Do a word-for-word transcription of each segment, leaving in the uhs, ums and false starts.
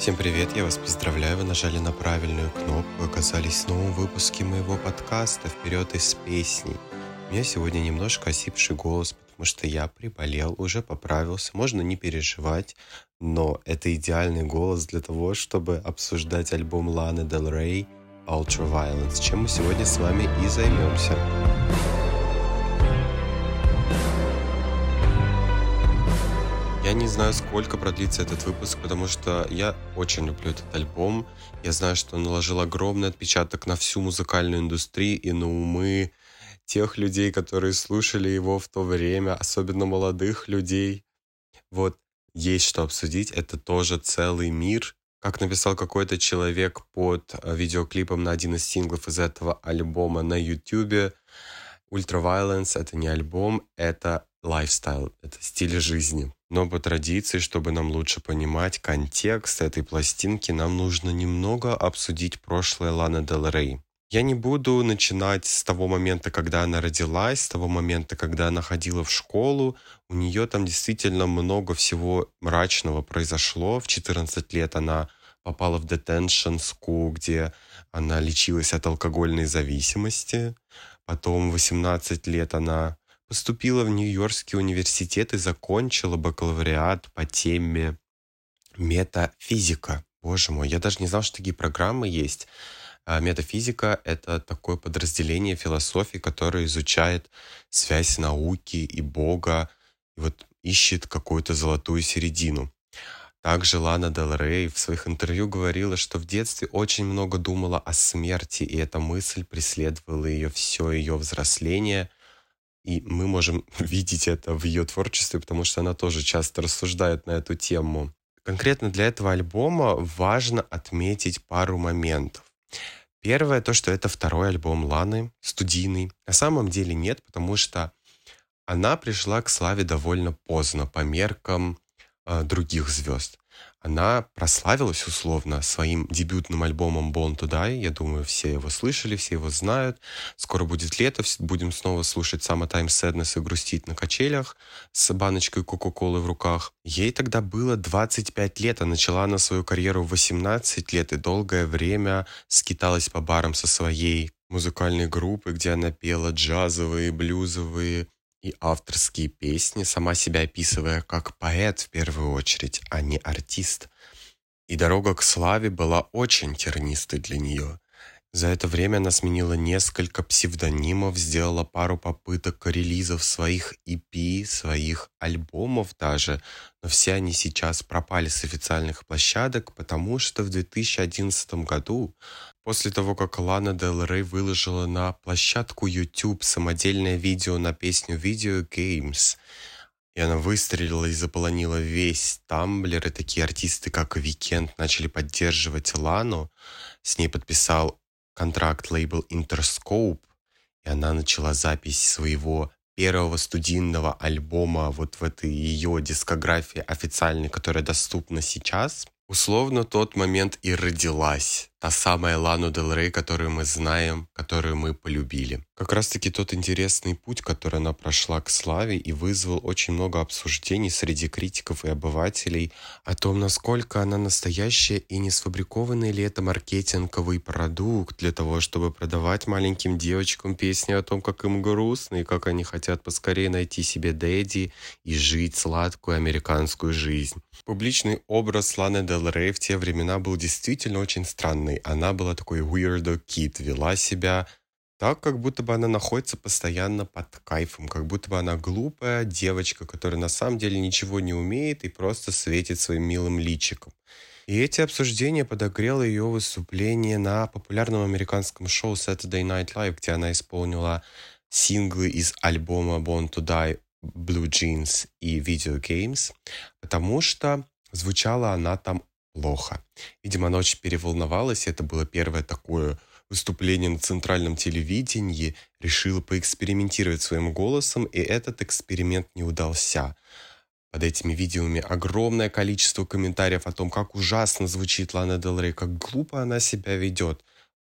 Всем привет, я вас поздравляю, вы нажали на правильную кнопку и оказались в новом выпуске моего подкаста «Вперед из песней». У меня сегодня немножко осипший голос, потому что я приболел, уже поправился, можно не переживать, но это идеальный голос для того, чтобы обсуждать альбом Ланы Дель Рей «Ultraviolence», чем мы сегодня с вами и займемся. Я не знаю, сколько продлится этот выпуск, потому что я очень люблю этот альбом. Я знаю, что он наложил огромный отпечаток на всю музыкальную индустрию и на умы тех людей, которые слушали его в то время, особенно молодых людей. Вот, есть что обсудить, это тоже целый мир. Как написал какой-то человек под видеоклипом на один из синглов из этого альбома на YouTube, Ultraviolence — это не альбом, это lifestyle, это стиль жизни. Но по традиции, чтобы нам лучше понимать контекст этой пластинки, нам нужно немного обсудить прошлое Ланы Дель Рей. Я не буду начинать с того момента, когда она родилась, с того момента, когда она ходила в школу. У нее там действительно много всего мрачного произошло. В четырнадцать лет она попала в detention school, где она лечилась от алкогольной зависимости. Потом в восемнадцать лет она поступила в Нью-Йоркский университет и закончила бакалавриат по теме метафизика. Боже мой, я даже не знал, что такие программы есть. А метафизика — это такое подразделение философии, которое изучает связь науки и Бога, и вот ищет какую-то золотую середину. Также Лана Дель Рей в своих интервью говорила, что в детстве очень много думала о смерти, и эта мысль преследовала ее все ее взросление. И мы можем видеть это в ее творчестве, потому что она тоже часто рассуждает на эту тему. Конкретно для этого альбома важно отметить пару моментов. Первое, то, что это второй альбом Ланы, студийный. На самом деле нет, потому что она пришла к славе довольно поздно, по меркам э, других звезд. Она прославилась условно своим дебютным альбомом Born to Die. Я думаю, все его слышали, все его знают. Скоро будет лето, будем снова слушать Summertime Sadness и грустить на качелях с баночкой Кока-Колы в руках. Ей тогда было двадцать пять лет, а начала она свою карьеру в восемнадцать лет и долгое время скиталась по барам со своей музыкальной группой, где она пела джазовые, блюзовые и авторские песни, сама себя описывая как поэт в первую очередь, а не артист. И дорога к славе была очень тернистой для нее. За это время она сменила несколько псевдонимов, сделала пару попыток релизов своих и пи, своих альбомов даже, но все они сейчас пропали с официальных площадок, потому что в две тысячи одиннадцатом году, после того, как Лана Дель Рей выложила на площадку YouTube самодельное видео на песню Video Games, и она выстрелила и заполонила весь Тамблер, и такие артисты, как Weeknd, начали поддерживать Лану. С ней подписал контракт лейбл Interscope, и она начала запись своего первого студийного альбома вот в этой ее дискографии официальной, которая доступна сейчас. Условно, тот момент и родилась та самая Лана Дель Рей, которую мы знаем, которую мы полюбили. Как раз-таки тот интересный путь, который она прошла к славе, и вызвал очень много обсуждений среди критиков и обывателей о том, насколько она настоящая и не сфабрикованный ли это маркетинговый продукт для того, чтобы продавать маленьким девочкам песни о том, как им грустно и как они хотят поскорее найти себе дэдди и жить сладкую американскую жизнь. Публичный образ Ланы Дель Рей в те времена был действительно очень странный. Она была такой weirdo kid, вела себя так, как будто бы она находится постоянно под кайфом, как будто бы она глупая девочка, которая на самом деле ничего не умеет и просто светит своим милым личиком. И эти обсуждения подогрело ее выступление на популярном американском шоу Saturday Night Live, где она исполнила синглы из альбома Born to Die, Blue Jeans и Video Games, потому что звучала она там плохо. Видимо, она очень переволновалась, это было первое такое выступление на центральном телевидении, решила поэкспериментировать своим голосом, и этот эксперимент не удался. Под этими видеоми огромное количество комментариев о том, как ужасно звучит Лана Дель Рей, как глупо она себя ведет.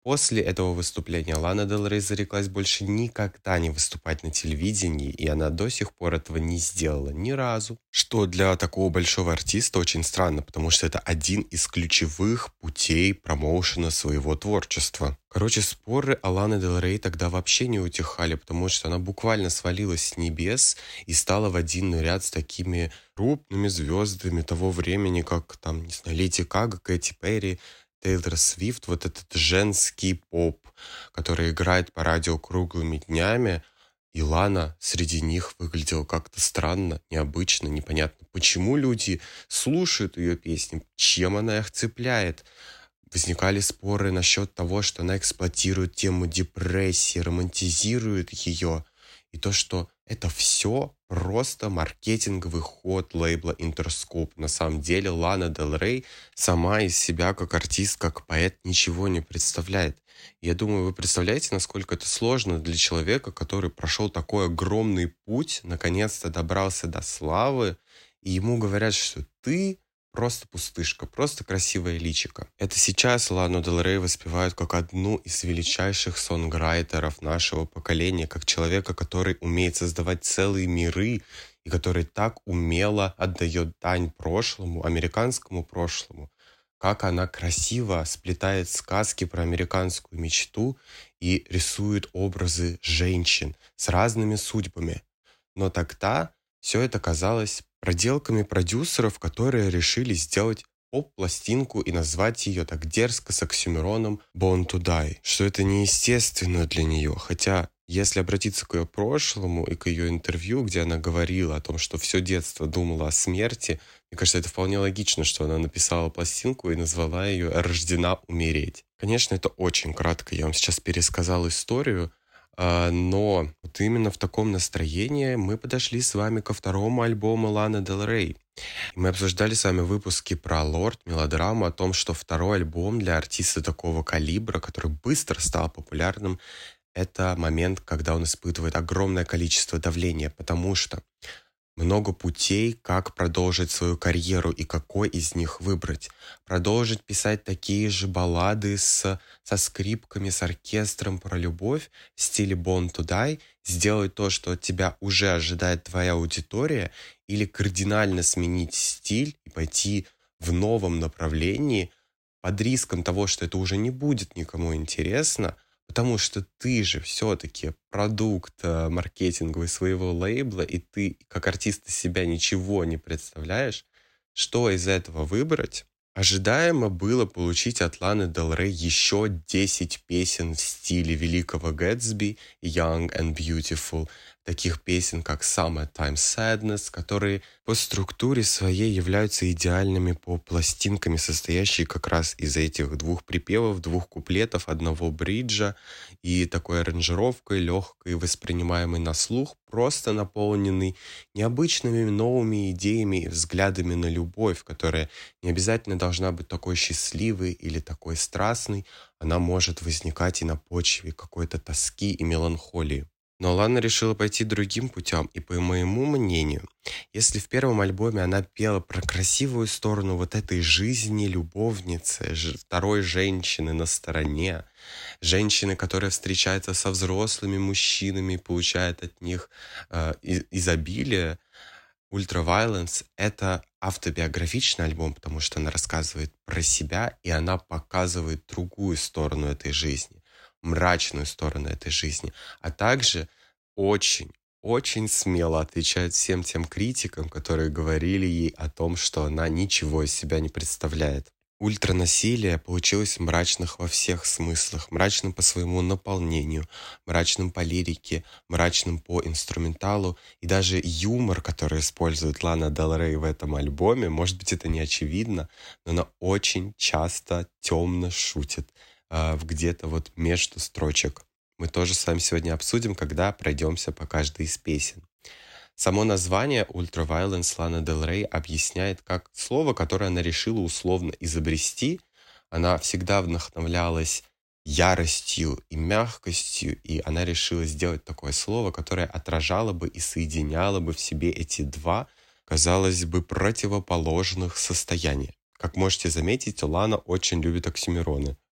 После этого выступления Лана Дель Рей зареклась больше никогда не выступать на телевидении, и она до сих пор этого не сделала ни разу. Что для такого большого артиста очень странно, потому что это один из ключевых путей промоушена своего творчества. Короче, споры о Лане Дель Рей тогда вообще не утихали, потому что она буквально свалилась с небес и стала в один ряд с такими крупными звездами того времени, как там, не знаю, Леди Гага, Кэти Перри, Тейлор Свифт, вот этот женский поп, который играет по радио круглыми днями, и Лана среди них выглядела как-то странно, необычно, непонятно, почему люди слушают ее песни, чем она их цепляет. Возникали споры насчет того, что она эксплуатирует тему депрессии, романтизирует ее, и то, что это все просто маркетинговый ход лейбла Interscope. На самом деле Лана Дель Рей сама из себя как артист, как поэт ничего не представляет. Я думаю, вы представляете, насколько это сложно для человека, который прошел такой огромный путь, наконец-то добрался до славы, и ему говорят, что ты просто пустышка, просто красивое личико. Это сейчас Лану Дель Рей воспевают как одну из величайших сонграйтеров нашего поколения, как человека, который умеет создавать целые миры и который так умело отдает дань прошлому, американскому прошлому. Как она красиво сплетает сказки про американскую мечту и рисует образы женщин с разными судьбами. Но тогда все это казалось проделками продюсеров, которые решили сделать поп-пластинку и назвать ее так дерзко с оксюмероном «Born to Die», что это неестественно для нее. Хотя, если обратиться к ее прошлому и к ее интервью, где она говорила о том, что все детство думала о смерти, мне кажется, это вполне логично, что она написала пластинку и назвала ее «Рождена умереть». Конечно, это очень кратко, я вам сейчас пересказал историю, а, но вот именно в таком настроении мы подошли с вами ко второму альбому Ланы Дель Рей. И мы обсуждали с вами выпуски про Лорд, мелодраму, о том, что второй альбом для артиста такого калибра, который быстро стал популярным, это момент, когда он испытывает огромное количество давления, потому что много путей, как продолжить свою карьеру и какой из них выбрать. Продолжить писать такие же баллады с, со скрипками, с оркестром про любовь в стиле Born to Die, сделать то, что от тебя уже ожидает твоя аудитория, или кардинально сменить стиль и пойти в новом направлении под риском того, что это уже не будет никому интересно, потому что ты же все-таки продукт э, маркетинговый своего лейбла, и ты как артист из себя ничего не представляешь. Что из этого выбрать? Ожидаемо было получить от Ланы Дель Рей еще десять песен в стиле Великого Гэтсби, Young and Beautiful, таких песен, как Summertime Sadness, которые по структуре своей являются идеальными поп-пластинками, состоящие как раз из этих двух припевов, двух куплетов, одного бриджа и такой аранжировкой, легкой, воспринимаемой на слух, просто наполненный необычными новыми идеями и взглядами на любовь, которая не обязательно должна быть такой счастливой или такой страстной, она может возникать и на почве какой-то тоски и меланхолии. Но Лана решила пойти другим путем, и по моему мнению, если в первом альбоме она пела про красивую сторону вот этой жизни любовницы, ж- второй женщины на стороне, женщины, которая встречается со взрослыми мужчинами и получает от них э, и- изобилие, Ultraviolence — это автобиографичный альбом, потому что она рассказывает про себя, и она показывает другую сторону этой жизни, мрачную сторону этой жизни, а также очень, очень смело отвечает всем тем критикам, которые говорили ей о том, что она ничего из себя не представляет. Ультранасилие получилось мрачных во всех смыслах, мрачным по своему наполнению, мрачным по лирике, мрачным по инструменталу, и даже юмор, который использует Лана Дель Рей в этом альбоме, может быть, это не очевидно, но она очень часто темно шутит а, в где-то вот между строчек. Мы тоже с вами сегодня обсудим, когда пройдемся по каждой из песен. Само название Ultraviolence Лана Дель Рей объясняет как слово, которое она решила условно изобрести. Она всегда вдохновлялась яростью и мягкостью, и она решила сделать такое слово, которое отражало бы и соединяло бы в себе эти два, казалось бы, противоположных состояния. Как можете заметить, Лана очень любит оксюмероны.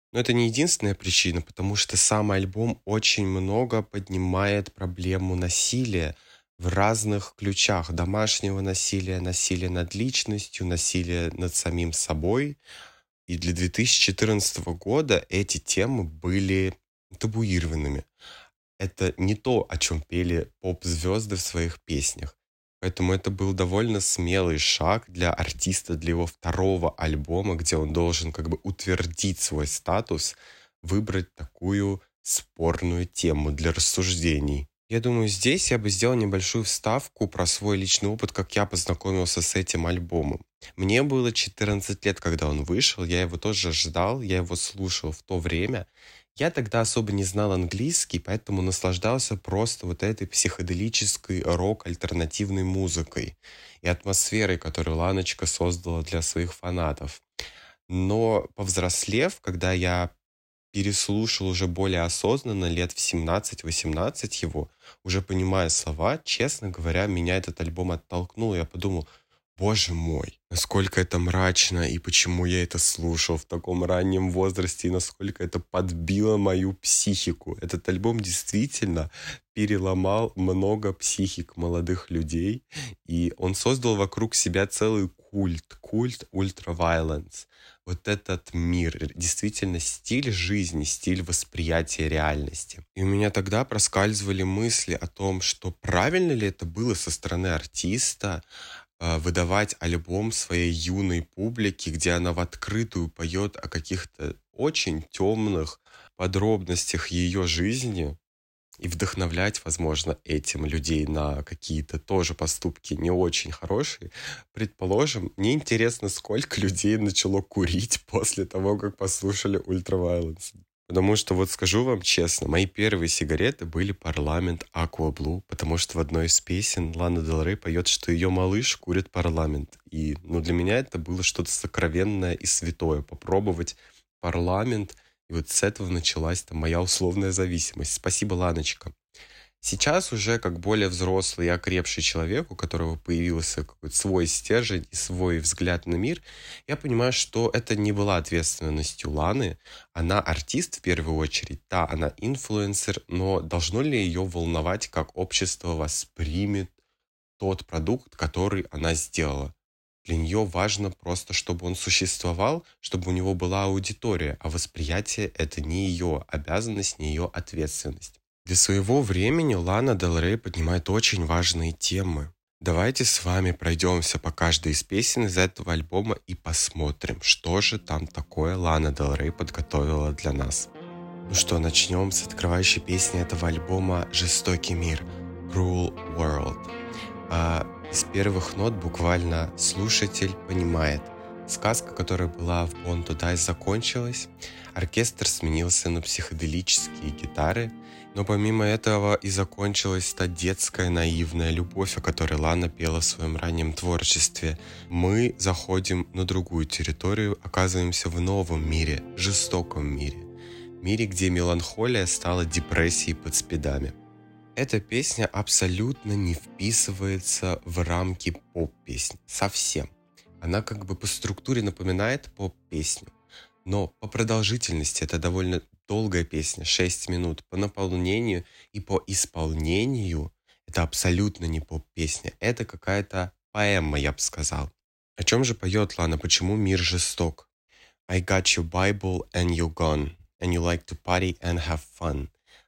Но это не единственная причина, потому что сам альбом очень много поднимает проблему насилия в разных ключах. Домашнего насилия, насилия над личностью, насилия над самим собой. И для две тысячи четырнадцатого года эти темы были табуированными. Это не то, о чем пели поп-звезды в своих песнях. Поэтому это был довольно смелый шаг для артиста, для его второго альбома, где он должен как бы утвердить свой статус, выбрать такую спорную тему для рассуждений. Я думаю, здесь я бы сделал небольшую вставку про свой личный опыт, как я познакомился с этим альбомом. Мне было четырнадцать лет, когда он вышел, я его тоже ждал, я его слушал в то время. Я тогда особо не знал английский, поэтому наслаждался просто вот этой психоделической рок-альтернативной музыкой и атмосферой, которую Ланочка создала для своих фанатов. Но повзрослев, когда я переслушал уже более осознанно, лет в семнадцать-восемнадцать его, уже понимая слова, честно говоря, меня этот альбом оттолкнул. Я подумал, боже мой, насколько это мрачно, и почему я это слушал в таком раннем возрасте, и насколько это подбило мою психику. Этот альбом действительно переломал много психик молодых людей, и он создал вокруг себя целый культ, культ ультравайленс. Вот этот мир, действительно стиль жизни, стиль восприятия реальности. И у меня тогда проскальзывали мысли о том, что правильно ли это было со стороны артиста, э, выдавать альбом своей юной публике, где она в открытую поет о каких-то очень темных подробностях ее жизни, и вдохновлять, возможно, этим людей на какие-то тоже поступки не очень хорошие. Предположим, мне интересно, сколько людей начало курить после того, как послушали Ultraviolence. Потому что, вот скажу вам честно, мои первые сигареты были Парламент Aqua Blue, потому что в одной из песен Лана Дель Рей поет, что ее малыш курит Парламент. И ну, для меня это было что-то сокровенное и святое. Попробовать Парламент. И вот с этого началась там моя условная зависимость. Спасибо, Ланочка. Сейчас уже как более взрослый и окрепший человек, у которого появился какой-то свой стержень и свой взгляд на мир, я понимаю, что это не была ответственностью Ланы. Она артист в первую очередь, да, она инфлюенсер, но должно ли ее волновать, как общество воспримет тот продукт, который она сделала? Для нее важно просто, чтобы он существовал, чтобы у него была аудитория, а восприятие — это не ее обязанность, не ее ответственность. Для своего времени Лана Дель Рей поднимает очень важные темы. Давайте с вами пройдемся по каждой из песен из этого альбома и посмотрим, что же там такое Лана Дель Рей подготовила для нас. Ну что, начнем с открывающей песни этого альбома «Жестокий мир» «Cruel World». А из первых нот буквально слушатель понимает. Сказка, которая была в Born to Die, закончилась. Оркестр сменился на психоделические гитары. Но помимо этого и закончилась та детская наивная любовь, о которой Лана пела в своем раннем творчестве. Мы заходим на другую территорию, оказываемся в новом мире, жестоком мире. Мире, где меланхолия стала депрессией под спидами. Эта песня абсолютно не вписывается в рамки поп-песни. Совсем. Она как бы по структуре напоминает поп-песню. Но по продолжительности это довольно долгая песня, шесть минут. По наполнению и по исполнению это абсолютно не поп-песня. Это какая-то поэма, я бы сказал. О чем же поет Лана? Почему мир жесток? I got your Bible and you're gone. And you like to party and have fun.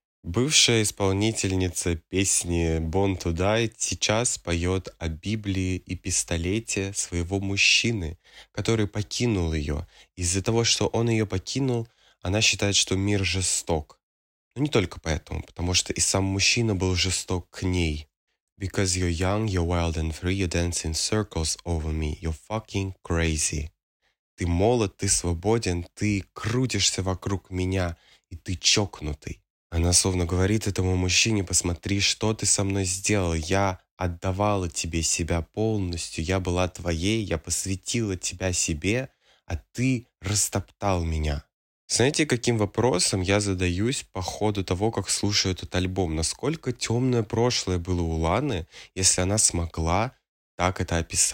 Бывшая исполнительница песни Born to Die сейчас поет о Библии и пистолете своего мужчины, который покинул ее. Из-за того, что он ее покинул, она считает, что мир жесток. Но не только поэтому, потому что и сам мужчина был жесток к ней. Because you're young, you're wild and free, you dance in circles over me, you're fucking crazy. Ты молод, ты свободен, ты крутишься вокруг меня, и ты чокнутый. Она словно говорит этому мужчине: посмотри, что ты со мной сделал. Я отдавала тебе себя полностью, я была твоей, я посвятила тебя себе, а ты растоптал меня. Знаете, каким вопросом я задаюсь по ходу того, как слушаю этот альбом? Насколько темное прошлое было у Ланы, если она смогла так это описать?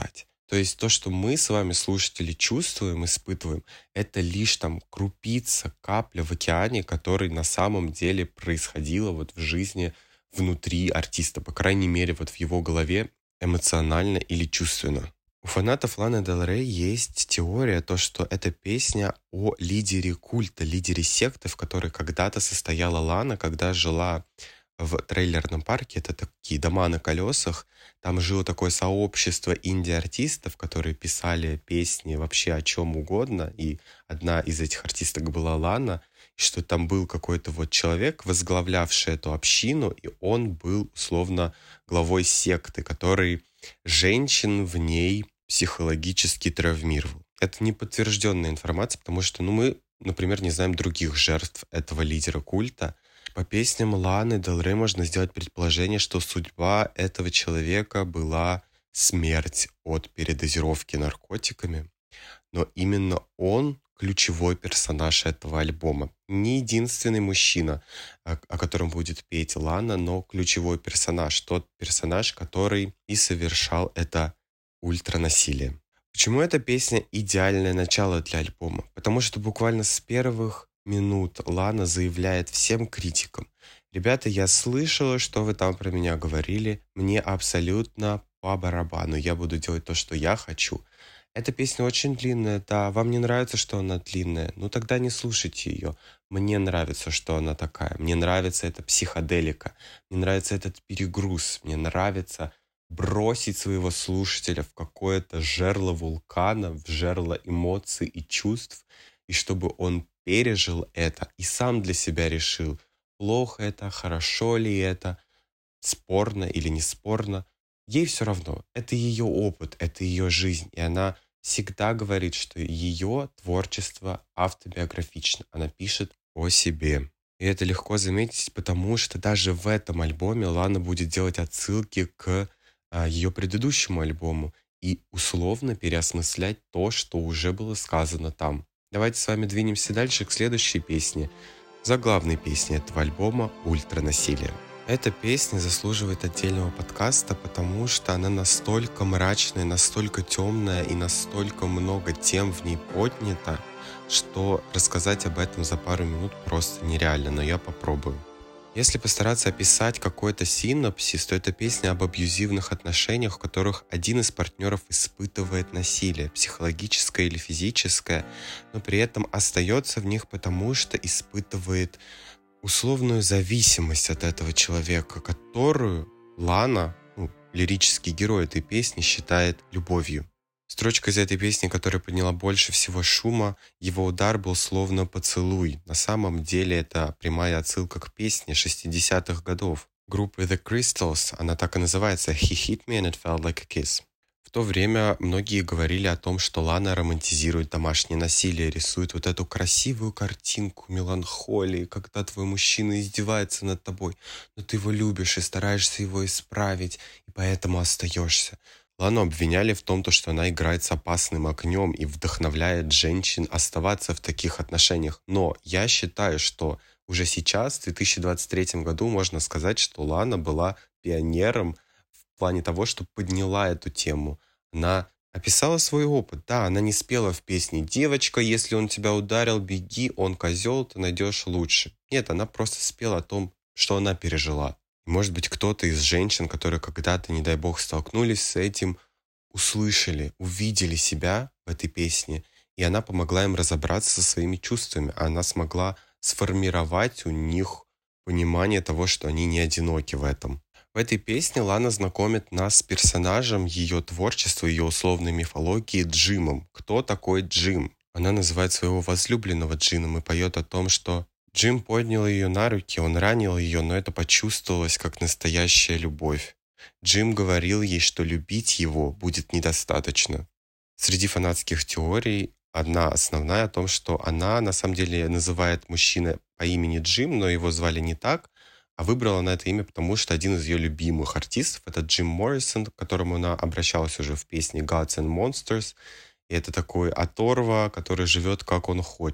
То есть то, что мы с вами, слушатели, чувствуем, испытываем, это лишь там крупица, капля в океане, который на самом деле происходило вот в жизни внутри артиста, по крайней мере, вот в его голове эмоционально или чувственно. У фанатов Ланы Дель Рей есть теория, то, что эта песня о лидере культа, лидере секты, в которой когда-то состояла Лана, когда жила в трейлерном парке. Это такие дома на колесах. Там жило такое сообщество инди-артистов, которые писали песни вообще о чем угодно. И одна из этих артисток была Лана. И что там был какой-то вот человек, возглавлявший эту общину, и он был условно главой секты, который женщин в ней психологически травмировал. Это не подтвержденная информация, потому что, ну, мы, например, не знаем других жертв этого лидера культа. По песням Ланы Дель Рей можно сделать предположение, что судьба этого человека была смерть от передозировки наркотиками. Но именно он ключевой персонаж этого альбома. Не единственный мужчина, о, о котором будет петь Лана, но ключевой персонаж. Тот персонаж, который и совершал это ультранасилие. Почему эта песня идеальное начало для альбома? Потому что буквально с первых минут Лана заявляет всем критикам: ребята, я слышала, что вы там про меня говорили, мне абсолютно по барабану, я буду делать то, что я хочу. Эта песня очень длинная, да, вам не нравится, что она длинная, ну тогда не слушайте ее. Мне нравится, что она такая, мне нравится эта психоделика, мне нравится этот перегруз, мне нравится бросить своего слушателя в какое-то жерло вулкана, в жерло эмоций и чувств, и чтобы он пережил это и сам для себя решил, плохо это, хорошо ли это, спорно или не спорно. Ей все равно. Это ее опыт, это ее жизнь. И она всегда говорит, что ее творчество автобиографично. Она пишет о себе. И это легко заметить, потому что даже в этом альбоме Лана будет делать отсылки к а, ее предыдущему альбому и условно переосмыслять то, что уже было сказано там. Давайте с вами двинемся дальше к следующей песне, заглавной песне этого альбома «Ультранасилие». Эта песня заслуживает отдельного подкаста, потому что она настолько мрачная, настолько темная и настолько много тем в ней поднято, что рассказать об этом за пару минут просто нереально, но я попробую. Если постараться описать какой-то синопсис, то это песня об абьюзивных отношениях, в которых один из партнеров испытывает насилие, психологическое или физическое, но при этом остается в них, потому что испытывает условную зависимость от этого человека, которую Лана, ну, лирический герой этой песни, считает любовью. Строчка из этой песни, которая подняла больше всего шума, его удар был словно поцелуй. На самом деле это прямая отсылка к песне шестидесятых годов группы The Crystals. Она так и называется «He hit me and it felt like a kiss». В то время многие говорили о том, что Лана романтизирует домашнее насилие, рисует вот эту красивую картинку меланхолии, когда твой мужчина издевается над тобой, но ты его любишь и стараешься его исправить, и поэтому остаешься. Лану обвиняли в том, что она играет с опасным огнем и вдохновляет женщин оставаться в таких отношениях. Но я считаю, что уже сейчас, в две тысячи двадцать третьем году, можно сказать, что Лана была пионером в плане того, что подняла эту тему. Она описала свой опыт. Да, она не спела в песне «Девочка, если он тебя ударил, беги, он козел, ты найдешь лучше». Нет, она просто спела о том, что она пережила. Может быть, кто-то из женщин, которые когда-то, не дай бог, столкнулись с этим, услышали, увидели себя в этой песне, и она помогла им разобраться со своими чувствами. Она смогла сформировать у них понимание того, что они не одиноки в этом. В этой песне Лана знакомит нас с персонажем ее творчества, ее условной мифологии Джимом. Кто такой Джим? Она называет своего возлюбленного Джином и поет о том, что Джим поднял ее на руки, он ранил ее, но это почувствовалось как настоящая любовь. Джим говорил ей, что любить его будет недостаточно. Среди фанатских теорий одна основная о том, что она на самом деле называет мужчину по имени Джим, но его звали не так, а выбрала она это имя, потому что один из ее любимых артистов, это Джим Моррисон, к которому она обращалась уже в песне Gods and Monsters, и это такой оторва, который живет как он хочет.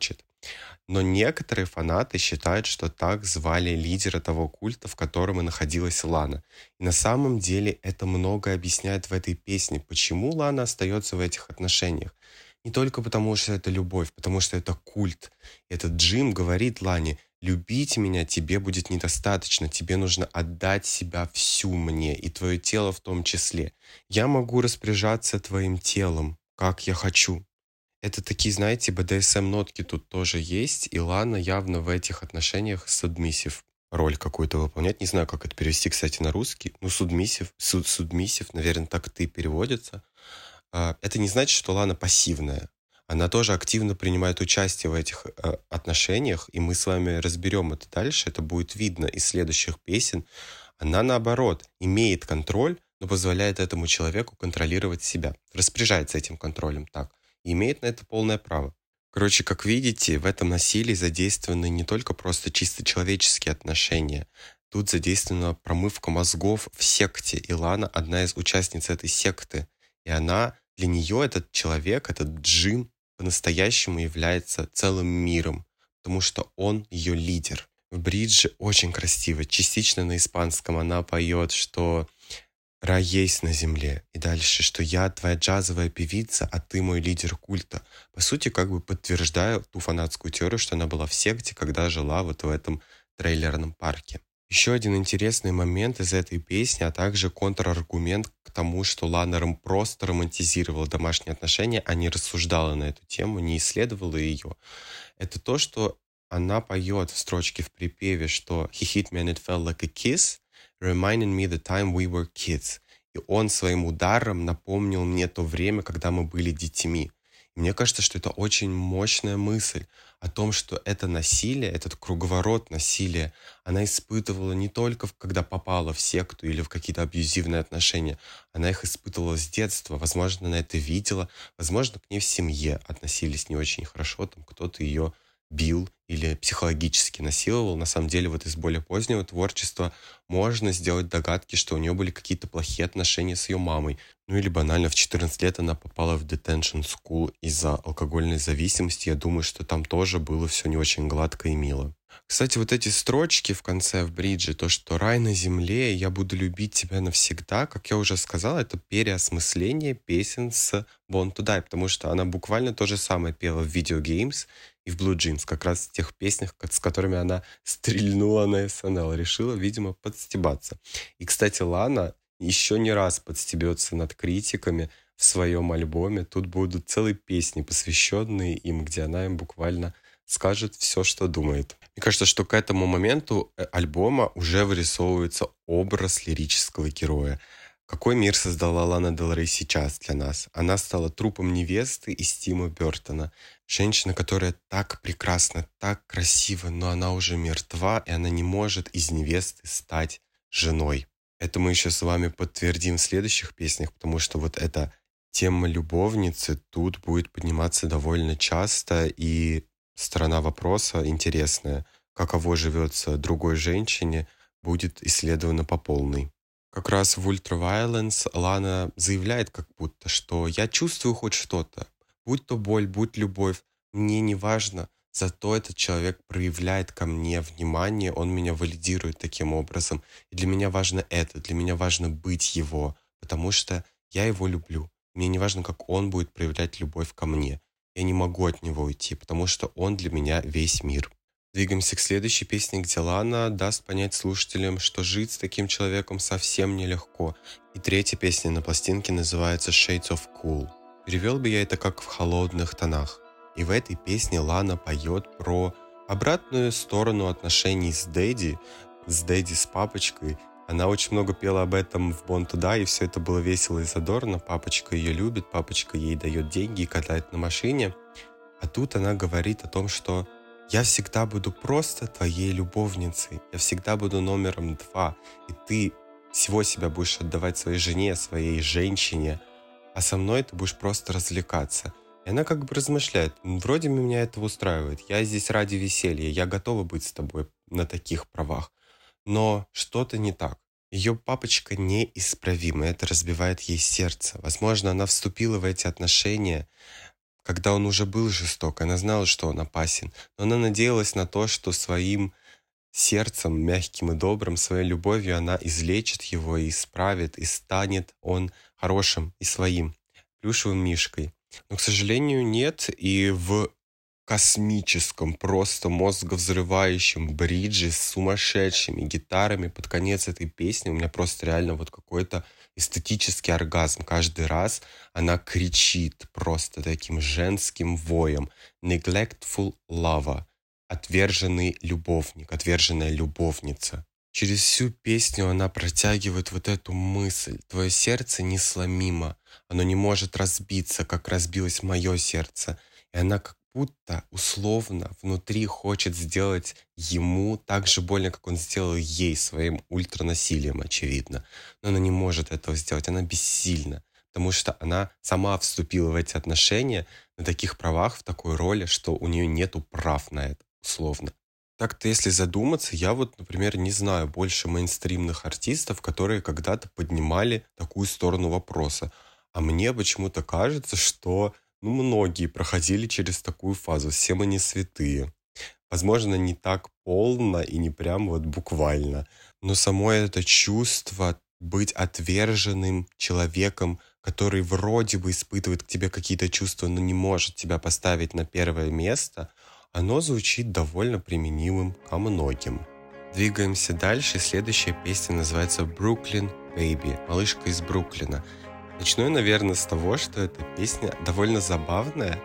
Но некоторые фанаты считают, что так звали лидера того культа, в котором и находилась Лана. И на самом деле это многое объясняет в этой песне, почему Лана остается в этих отношениях. Не только потому, что это любовь, потому что это культ. Этот Джим говорит Лане: «Любить меня тебе будет недостаточно, тебе нужно отдать себя всю мне, и твое тело в том числе. Я могу распоряжаться твоим телом, как я хочу». Это такие, знаете, бэ дэ эс эм-нотки тут тоже есть, и Лана явно в этих отношениях сабмиссив роль какую-то выполняет. Не знаю, как это перевести, кстати, на русский. Ну, субмиссив, суд, субмиссив, наверное, так это и переводится. А, Это не значит, что Лана пассивная. Она тоже активно принимает участие в этих э, отношениях, и мы с вами разберем это дальше. Это будет видно из следующих песен. Она, наоборот, имеет контроль, но позволяет этому человеку контролировать себя. Распоряжается этим контролем так. И имеет на это полное право. Короче, как видите, в этом насилии задействованы не только просто чисто человеческие отношения. Тут задействована промывка мозгов в секте. И Лана одна из участниц этой секты. И она, для нее этот человек, этот Джим, по-настоящему является целым миром, потому что он ее лидер. В бридже очень красиво, частично на испанском она поет, что рай есть на земле. И дальше, что я твоя джазовая певица, а ты мой лидер культа. По сути, как бы подтверждаю ту фанатскую теорию, что она была в секте, когда жила вот в этом трейлерном парке. Еще один интересный момент из этой песни, а также контраргумент к тому, что Лана Ром просто романтизировала домашние отношения, а не рассуждала на эту тему, не исследовала ее. Это то, что она поет в строчке в припеве, что «He hit me and it felt like a kiss, reminding me the time we were kids». И он своим ударом напомнил мне то время, когда мы были детьми. И мне кажется, что это очень мощная мысль о том, что это насилие, этот круговорот насилия, она испытывала не только в- когда попала в секту или в какие-то абьюзивные отношения, она их испытывала с детства. Возможно, она это видела, возможно, к ней в семье относились не очень хорошо, там кто-то ее бил или психологически насиловал. На самом деле, вот из более позднего творчества можно сделать догадки, что у нее были какие-то плохие отношения с ее мамой. Ну или банально в четырнадцать лет она попала в detention school из-за алкогольной зависимости. Я думаю, что там тоже было все не очень гладко и мило. Кстати, вот эти строчки в конце в бридже, то, что «рай на земле, я буду любить тебя навсегда», как я уже сказал, это переосмысление песен с Born to Die, потому что она буквально то же самое пела в Video Games и в Blue Jeans, как раз в тех песнях, с которыми она стрельнула на эс эн эл, решила, видимо, подстебаться. И, кстати, Лана еще не раз подстебется над критиками в своем альбоме. Тут будут целые песни, посвященные им, где она им буквально скажет все, что думает. Мне кажется, что к этому моменту э, альбома уже вырисовывается образ лирического героя. Какой мир создала Лана Дель Рей сейчас для нас? Она стала трупом невесты из Тима Бертона. Женщина, которая так прекрасна, так красива, но она уже мертва, и она не может из невесты стать женой. Это мы еще с вами подтвердим в следующих песнях, потому что вот эта тема любовницы тут будет подниматься довольно часто, и сторона вопроса интересная. Каково живется другой женщине, будет исследована по полной. Как раз в Ultraviolence Лана заявляет как будто, что я чувствую хоть что-то. Будь то боль, будь любовь, мне не важно. Зато этот человек проявляет ко мне внимание, он меня валидирует таким образом. И для меня важно это, для меня важно быть его, потому что я его люблю. Мне не важно, как он будет проявлять любовь ко мне. Я не могу от него уйти, потому что он для меня весь мир. Двигаемся к следующей песне, где Лана даст понять слушателям, что жить с таким человеком совсем нелегко. И третья песня на пластинке называется «Shades of Cool». Перевел бы я это как «В холодных тонах». И в этой песне Лана поет про обратную сторону отношений с Дэдди, с Дэдди, с папочкой. Она очень много пела об этом в Born to Die, и все это было весело и задорно. Папочка ее любит, папочка ей дает деньги и катает на машине. А тут она говорит о том, что «я всегда буду просто твоей любовницей, я всегда буду номером два, и ты всего себя будешь отдавать своей жене, своей женщине, а со мной ты будешь просто развлекаться». И она как бы размышляет, «М, вроде меня это устраивает, я здесь ради веселья, я готова быть с тобой на таких правах, но что-то не так. Ее папочка неисправима, это разбивает ей сердце. Возможно, она вступила в эти отношения когда он уже был жесток, она знала, что он опасен, но она надеялась на то, что своим сердцем, мягким и добрым, своей любовью она излечит его и исправит, и станет он хорошим и своим, плюшевым мишкой. Но, к сожалению, нет, и в космическом, просто мозговзрывающем бридже с сумасшедшими гитарами под конец этой песни у меня просто реально вот какой-то эстетический оргазм. Каждый раз она кричит просто таким женским воем. Neglectful lover. Отверженный любовник, отверженная любовница. Через всю песню она протягивает вот эту мысль. Твое сердце несломимо. Оно не может разбиться, как разбилось мое сердце. И она как будто условно внутри хочет сделать ему так же больно, как он сделал ей своим ультранасилием, очевидно. Но она не может этого сделать, она бессильна, потому что она сама вступила в эти отношения на таких правах, в такой роли, что у нее нету прав на это, условно. Так-то, если задуматься, я вот, например, не знаю больше мейнстримных артистов, которые когда-то поднимали такую сторону вопроса. А мне почему-то кажется, что ну, многие проходили через такую фазу. Все мы не святые. Возможно, не так полно и не прям вот буквально. Но само это чувство быть отверженным человеком, который вроде бы испытывает к тебе какие-то чувства, но не может тебя поставить на первое место, оно звучит довольно применимым ко многим. Двигаемся дальше. Следующая песня называется «Brooklyn Baby», «Малышка из Бруклина». Начну я, наверное, с того, что эта песня довольно забавная.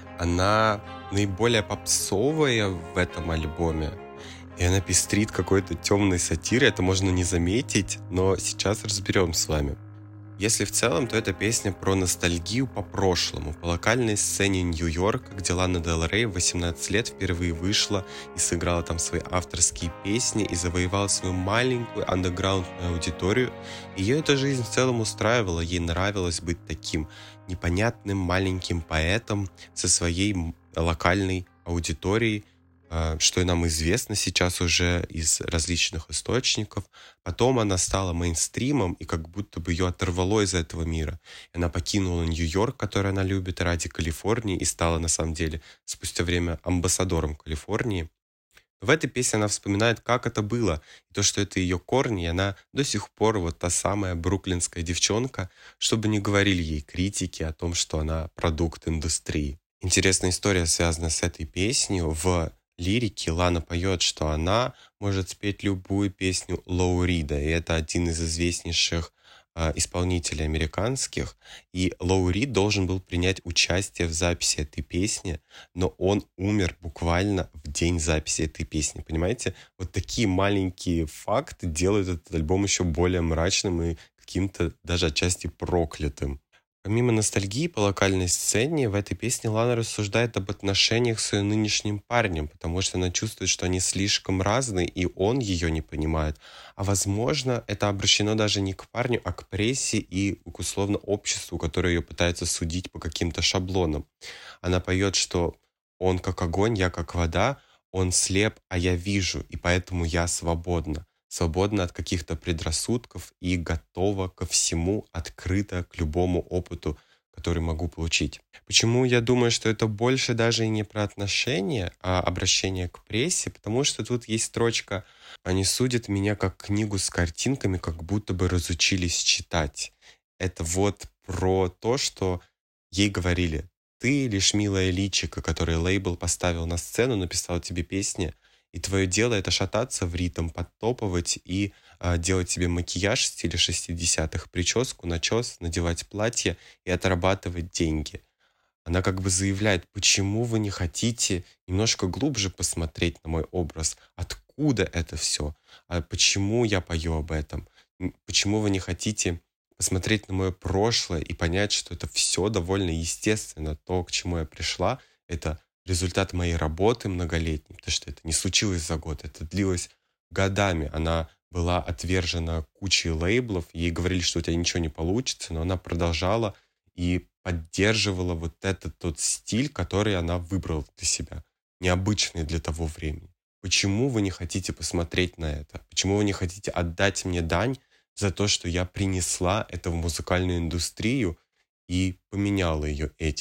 Она наиболее попсовая в этом альбоме. И она пестрит какой-то темной сатирой. Это можно не заметить, но сейчас разберем с вами. Если в целом, то эта песня про ностальгию по прошлому, по локальной сцене Нью-Йорка, где Лана Дель Рей в восемнадцать лет впервые вышла и сыграла там свои авторские песни и завоевала свою маленькую андеграундную аудиторию. Ее эта жизнь в целом устраивала, ей нравилось быть таким непонятным маленьким поэтом со своей локальной аудиторией, что и нам известно сейчас уже из различных источников. Потом она стала мейнстримом, и как будто бы ее оторвало из этого мира. Она покинула Нью-Йорк, который она любит, ради Калифорнии, и стала, на самом деле, спустя время амбассадором Калифорнии. В этой песне она вспоминает, как это было, и то, что это ее корни, и она до сих пор вот та самая бруклинская девчонка, чтобы не говорили ей критики о том, что она продукт индустрии. Интересная история связана с этой песней. В лирике Лана поет, что она может спеть любую песню Лоу Рида, и это один из известнейших э, исполнителей американских. И Лоу Рид должен был принять участие в записи этой песни, но он умер буквально в день записи этой песни. Понимаете? Вот такие маленькие факты делают этот альбом еще более мрачным и каким-то даже отчасти проклятым. Помимо ностальгии по локальной сцене, в этой песне Лана рассуждает об отношениях с ее нынешним парнем, потому что она чувствует, что они слишком разные, и он ее не понимает. А возможно, это обращено даже не к парню, а к прессе и к условно обществу, которое ее пытается судить по каким-то шаблонам. Она поет, что он как огонь, я как вода, он слеп, а я вижу, и поэтому я свободна. Свободна от каких-то предрассудков и готова ко всему, открыта к любому опыту, который могу получить. Почему я думаю, что это больше даже и не про отношения, а обращение к прессе? Потому что тут есть строчка «Они судят меня как книгу с картинками, как будто бы разучились читать». Это вот про то, что ей говорили: «Ты лишь милая личико, которое лейбл поставил на сцену, написал тебе песни, и твое дело — это шататься в ритм, подтопывать и а, делать себе макияж в стиле шестидесятых, прическу, начес, надевать платье и отрабатывать деньги». Она как бы заявляет: почему вы не хотите немножко глубже посмотреть на мой образ? Откуда это все? А почему я пою об этом? М, Почему вы не хотите посмотреть на мое прошлое и понять, что это все довольно естественно? То, к чему я пришла, это результат моей работы многолетней, потому что это не случилось за год, это длилось годами. Она была отвержена кучей лейблов, ей говорили, что у тебя ничего не получится, но она продолжала и поддерживала вот этот тот стиль, который она выбрала для себя, необычный для того времени. Почему вы не хотите посмотреть на это? Почему вы не хотите отдать мне дань за то, что я принесла это в музыкальную индустрию и поменяла ее этим?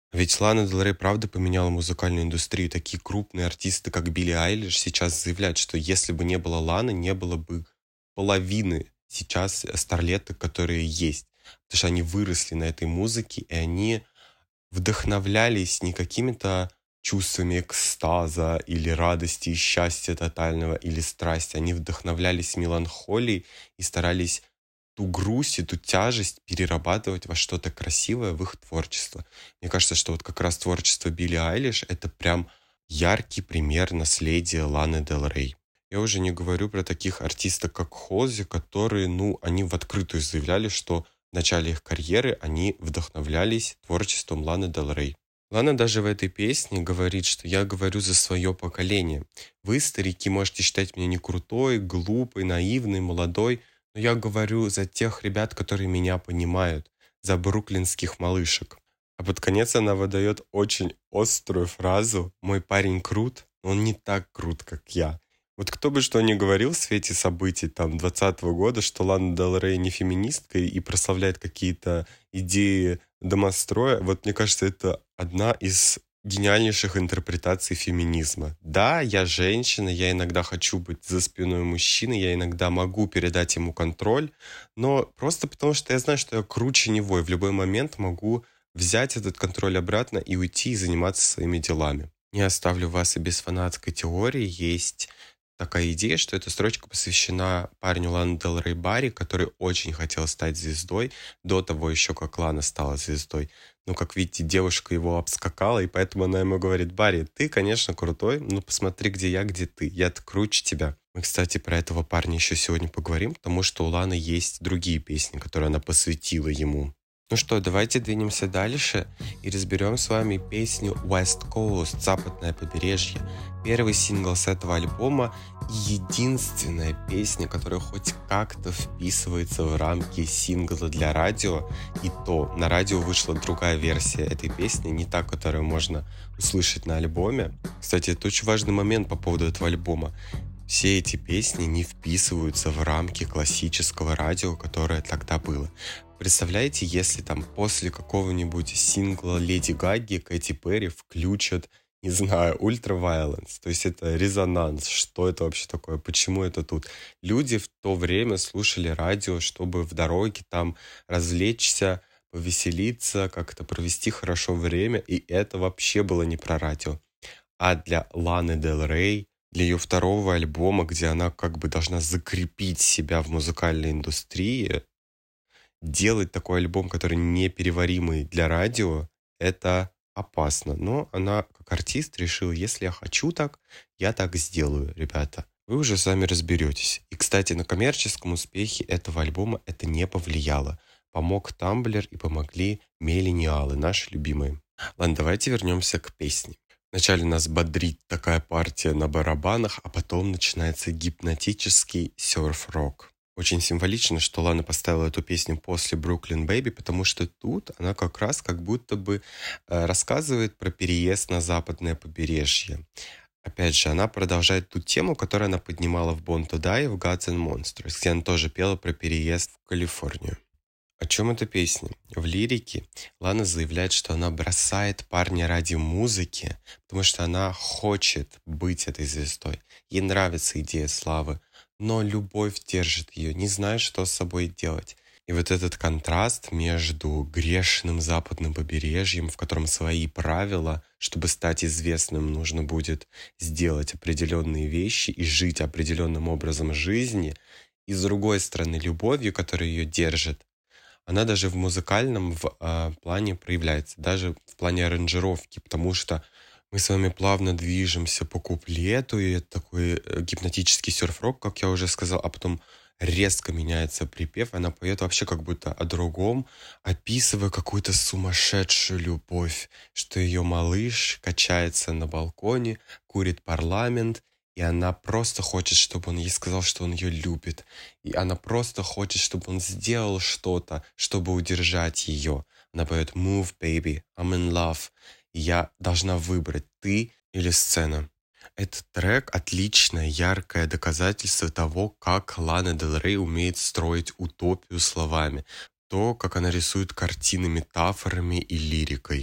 Ведь Лана Дель Рей правда поменяла музыкальную индустрию. Такие крупные артисты, как Билли Айлиш, сейчас заявляют, что если бы не было Ланы, не было бы половины сейчас старлеток, которые есть. Потому что они выросли на этой музыке, и они вдохновлялись не какими-то чувствами экстаза или радости и счастья тотального или страсти. Они вдохновлялись меланхолией и старались ту грусть и ту тяжесть перерабатывать во что-то красивое в их творчество. Мне кажется, что вот как раз творчество Билли Айлиш — это прям яркий пример наследия Ланы Дель Рей. Я уже не говорю про таких артистов, как Холзи, которые, ну, они в открытую заявляли, что в начале их карьеры они вдохновлялись творчеством Ланы Дель Рей. Лана даже в этой песне говорит, что я говорю за свое поколение. Вы, старики, можете считать меня не крутой, глупой, наивной, молодой, но я говорю за тех ребят, которые меня понимают, за бруклинских малышек. А под конец она выдает очень острую фразу «Мой парень крут, но он не так крут, как я». Вот кто бы что ни говорил в свете событий там двадцатого года, что Лана Дель Рей не феминистка и прославляет какие-то идеи домостроя, вот мне кажется, это одна из гениальнейших интерпретаций феминизма. Да, я женщина, я иногда хочу быть за спиной мужчины, я иногда могу передать ему контроль, но просто потому, что я знаю, что я круче него, и в любой момент могу взять этот контроль обратно и уйти и заниматься своими делами. Не оставлю вас и без фанатской теории. Есть такая идея, что эта строчка посвящена парню Ланы Дель Рей Барри, который очень хотел стать звездой до того еще, как Лана стала звездой. Но, как видите, девушка его обскакала, и поэтому она ему говорит: «Барри, ты, конечно, крутой, но посмотри, где я, где ты. Я-то круче тебя». Мы, кстати, про этого парня еще сегодня поговорим, потому что у Ланы есть другие песни, которые она посвятила ему. Ну что, давайте двинемся дальше и разберем с вами песню West Coast, западное побережье. Первый сингл с этого альбома и единственная песня, которая хоть как-то вписывается в рамки сингла для радио. И то на радио вышла другая версия этой песни, не та, которую можно услышать на альбоме. Кстати, это очень важный момент по поводу этого альбома. Все эти песни не вписываются в рамки классического радио, которое тогда было. Представляете, если там после какого-нибудь сингла Леди Гаги, Кэти Перри включат, не знаю, Ultraviolence, то есть это резонанс, что это вообще такое, почему это тут? Люди в то время слушали радио, чтобы в дороге там развлечься, повеселиться, как-то провести хорошо время, и это вообще было не про радио. А для Ланы Дель Рей, для ее второго альбома, где она как бы должна закрепить себя в музыкальной индустрии, делать такой альбом, который непереваримый для радио, это опасно. Но она, как артист, решила: если я хочу так, я так сделаю, ребята. Вы уже сами разберетесь. И, кстати, на коммерческом успехе этого альбома это не повлияло. Помог Тамблер и помогли миллениалы, наши любимые. Ладно, давайте вернемся к песне. Вначале нас бодрит такая партия на барабанах, а потом начинается гипнотический серф-рок. Очень символично, что Лана поставила эту песню после Brooklyn Baby, потому что тут она как раз как будто бы э, рассказывает про переезд на западное побережье. Опять же, она продолжает ту тему, которую она поднимала в Born to Die, в Gods and Monsters, где она тоже пела про переезд в Калифорнию. О чем эта песня? В лирике Лана заявляет, что она бросает парня ради музыки, потому что она хочет быть этой звездой. Ей нравится идея славы, но любовь держит ее, не зная, что с собой делать. И вот этот контраст между грешным западным побережьем, в котором свои правила, чтобы стать известным, нужно будет сделать определенные вещи и жить определенным образом жизни, и с другой стороны любовью, которая ее держит, она даже в музыкальном в, а, плане проявляется, даже в плане аранжировки, потому что мы с вами плавно движемся по куплету, и это такой э, гипнотический серф-рок, как я уже сказал, а потом резко меняется припев, она поет вообще как будто о другом, описывая какую-то сумасшедшую любовь, что ее малыш качается на балконе, курит парламент, и она просто хочет, чтобы он ей сказал, что он ее любит. И она просто хочет, чтобы он сделал что-то, чтобы удержать ее. Она поет «Move, baby, I'm in love». И я должна выбрать, ты или сцена. Этот трек — отличное, яркое доказательство того, как Лана Дель Рей умеет строить утопию словами. То, как она рисует картины метафорами и лирикой.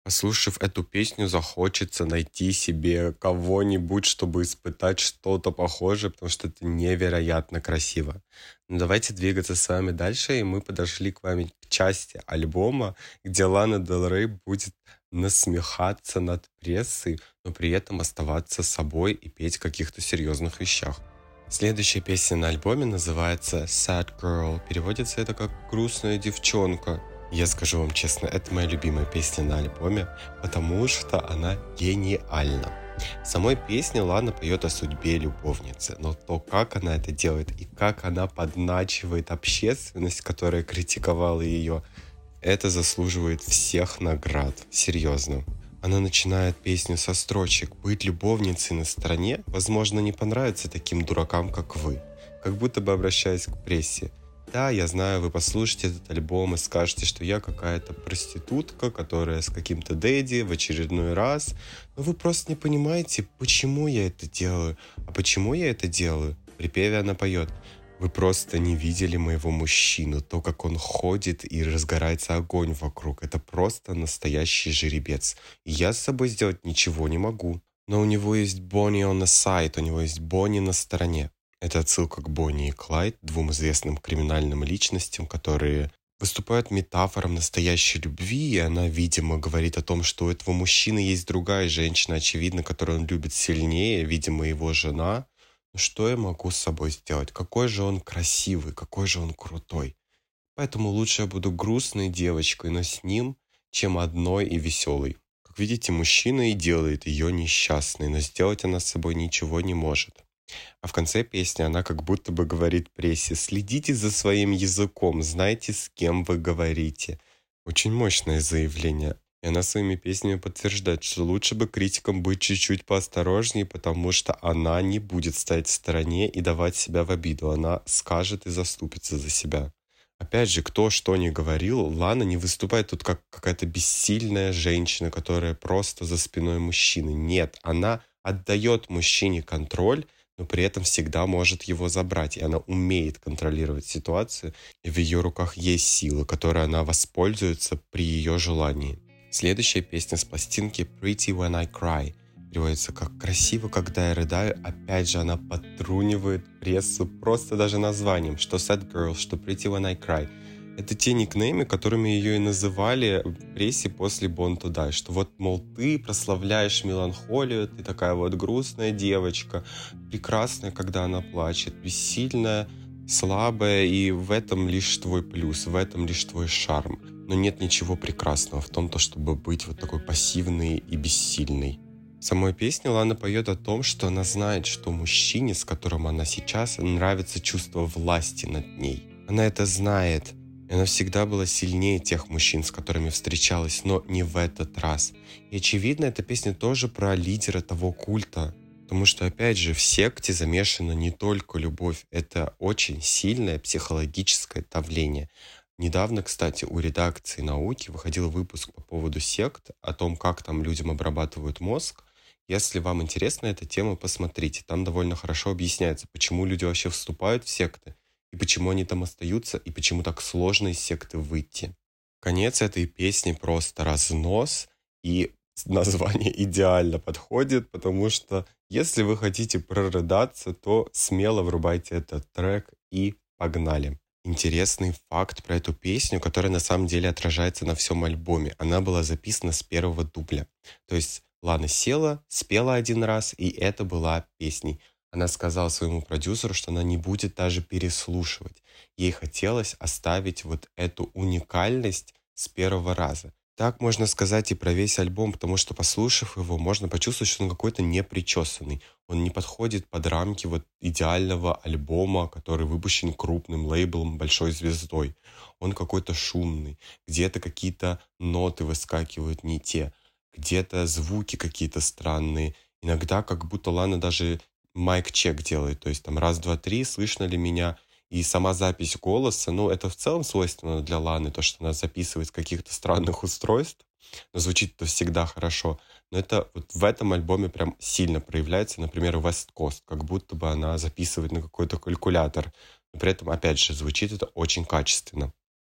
Послушав эту песню, захочется найти себе кого-нибудь, чтобы испытать что-то похожее, потому что это невероятно красиво. Ну, давайте двигаться с вами дальше, и мы подошли к вами к части альбома, где Лана Дель Рей будет насмехаться над прессой, но при этом оставаться собой и петь о каких-то серьезных вещах. Следующая песня на альбоме называется «Sad Girl». Переводится это как «грустная девчонка». Я скажу вам честно, это моя любимая песня на альбоме, потому что она гениальна. В самой песне Лана поет о судьбе любовницы, но то, как она это делает и как она подначивает общественность, которая критиковала ее, это заслуживает всех наград. Серьезно. Она начинает песню со строчек: «Быть любовницей на стороне, возможно, не понравится таким дуракам, как вы». Как будто бы обращаясь к прессе. Да, я знаю, вы послушаете этот альбом и скажете, что я какая-то проститутка, которая с каким-то дэдди в очередной раз. Но вы просто не понимаете, почему я это делаю. А почему я это делаю? В припеве она поет: «Вы просто не видели моего мужчину, то, как он ходит и разгорается огонь вокруг. Это просто настоящий жеребец. И я с собой сделать ничего не могу. Но у него есть Бонни on the side, у него есть Бонни на стороне». Это отсылка к Бонни и Клайд, двум известным криминальным личностям, которые выступают метафором настоящей любви, и она, видимо, говорит о том, что у этого мужчины есть другая женщина, очевидно, которую он любит сильнее, видимо, его жена. Но что я могу с собой сделать? Какой же он красивый, какой же он крутой. Поэтому лучше я буду грустной девочкой, но с ним, чем одной и веселой. Как видите, мужчина и делает ее несчастной, но сделать она с собой ничего не может. А в конце песни она как будто бы говорит прессе: «Следите за своим языком, знайте, с кем вы говорите». Очень мощное заявление. И она своими песнями подтверждает, что лучше бы критикам быть чуть-чуть поосторожнее, потому что она не будет стоять в стороне и давать себя в обиду. Она скажет и заступится за себя. Опять же, кто что ни говорил, Лана не выступает тут как какая-то бессильная женщина, которая просто за спиной мужчины. Нет, она отдает мужчине контроль, но при этом всегда может его забрать. И она умеет контролировать ситуацию, и в ее руках есть сила, которой она воспользуется при ее желании. Следующая песня с пластинки «Pretty When I Cry» переводится как «Красиво, когда я рыдаю». Опять же, она подтрунивает прессу просто даже названием, что «Sad Girl», что «Pretty When I Cry». Это те никнеймы, которыми ее и называли в прессе после Born to Die, что вот, мол, ты прославляешь меланхолию, ты такая вот грустная девочка, прекрасная, когда она плачет, бессильная, слабая, и в этом лишь твой плюс, в этом лишь твой шарм. Но нет ничего прекрасного в том, то, чтобы быть вот такой пассивной и бессильной. В самой песне Лана поет о том, что она знает, что мужчине, с которым она сейчас, нравится чувство власти над ней. Она это знает. И она всегда была сильнее тех мужчин, с которыми встречалась, но не в этот раз. И очевидно, эта песня тоже про лидера того культа. Потому что, опять же, в секте замешана не только любовь. Это очень сильное психологическое давление. Недавно, кстати, у редакции «Науки» выходил выпуск по поводу сект, о том, как там людям обрабатывают мозг. Если вам интересна эта тема, посмотрите. Там довольно хорошо объясняется, почему люди вообще вступают в секты, и почему они там остаются, и почему так сложно из секты выйти. Конец этой песни просто разнос, и название идеально подходит, потому что если вы хотите прорыдаться, то смело врубайте этот трек и погнали. Интересный факт про эту песню, который на самом деле отражается на всем альбоме. Она была записана с первого дубля. То есть Лана села, спела один раз, и это была песней. Она сказала своему продюсеру, что она не будет даже переслушивать. Ей хотелось оставить вот эту уникальность с первого раза. Так можно сказать и про весь альбом, потому что, послушав его, можно почувствовать, что он какой-то непричесанный. Он не подходит под рамки вот идеального альбома, который выпущен крупным лейблом, большой звездой. Он какой-то шумный, где-то какие-то ноты выскакивают не те, где-то звуки какие-то странные. Иногда как будто Лана даже майк-чек делает, то есть там раз, два, три, слышно ли меня, и сама запись голоса, ну, это в целом свойственно для Ланы, то, что она записывает с каких-то странных устройств, но звучит это всегда хорошо, но это вот в этом альбоме прям сильно проявляется, например, West Coast, как будто бы она записывает на какой-то калькулятор, но при этом, опять же, звучит это очень качественно.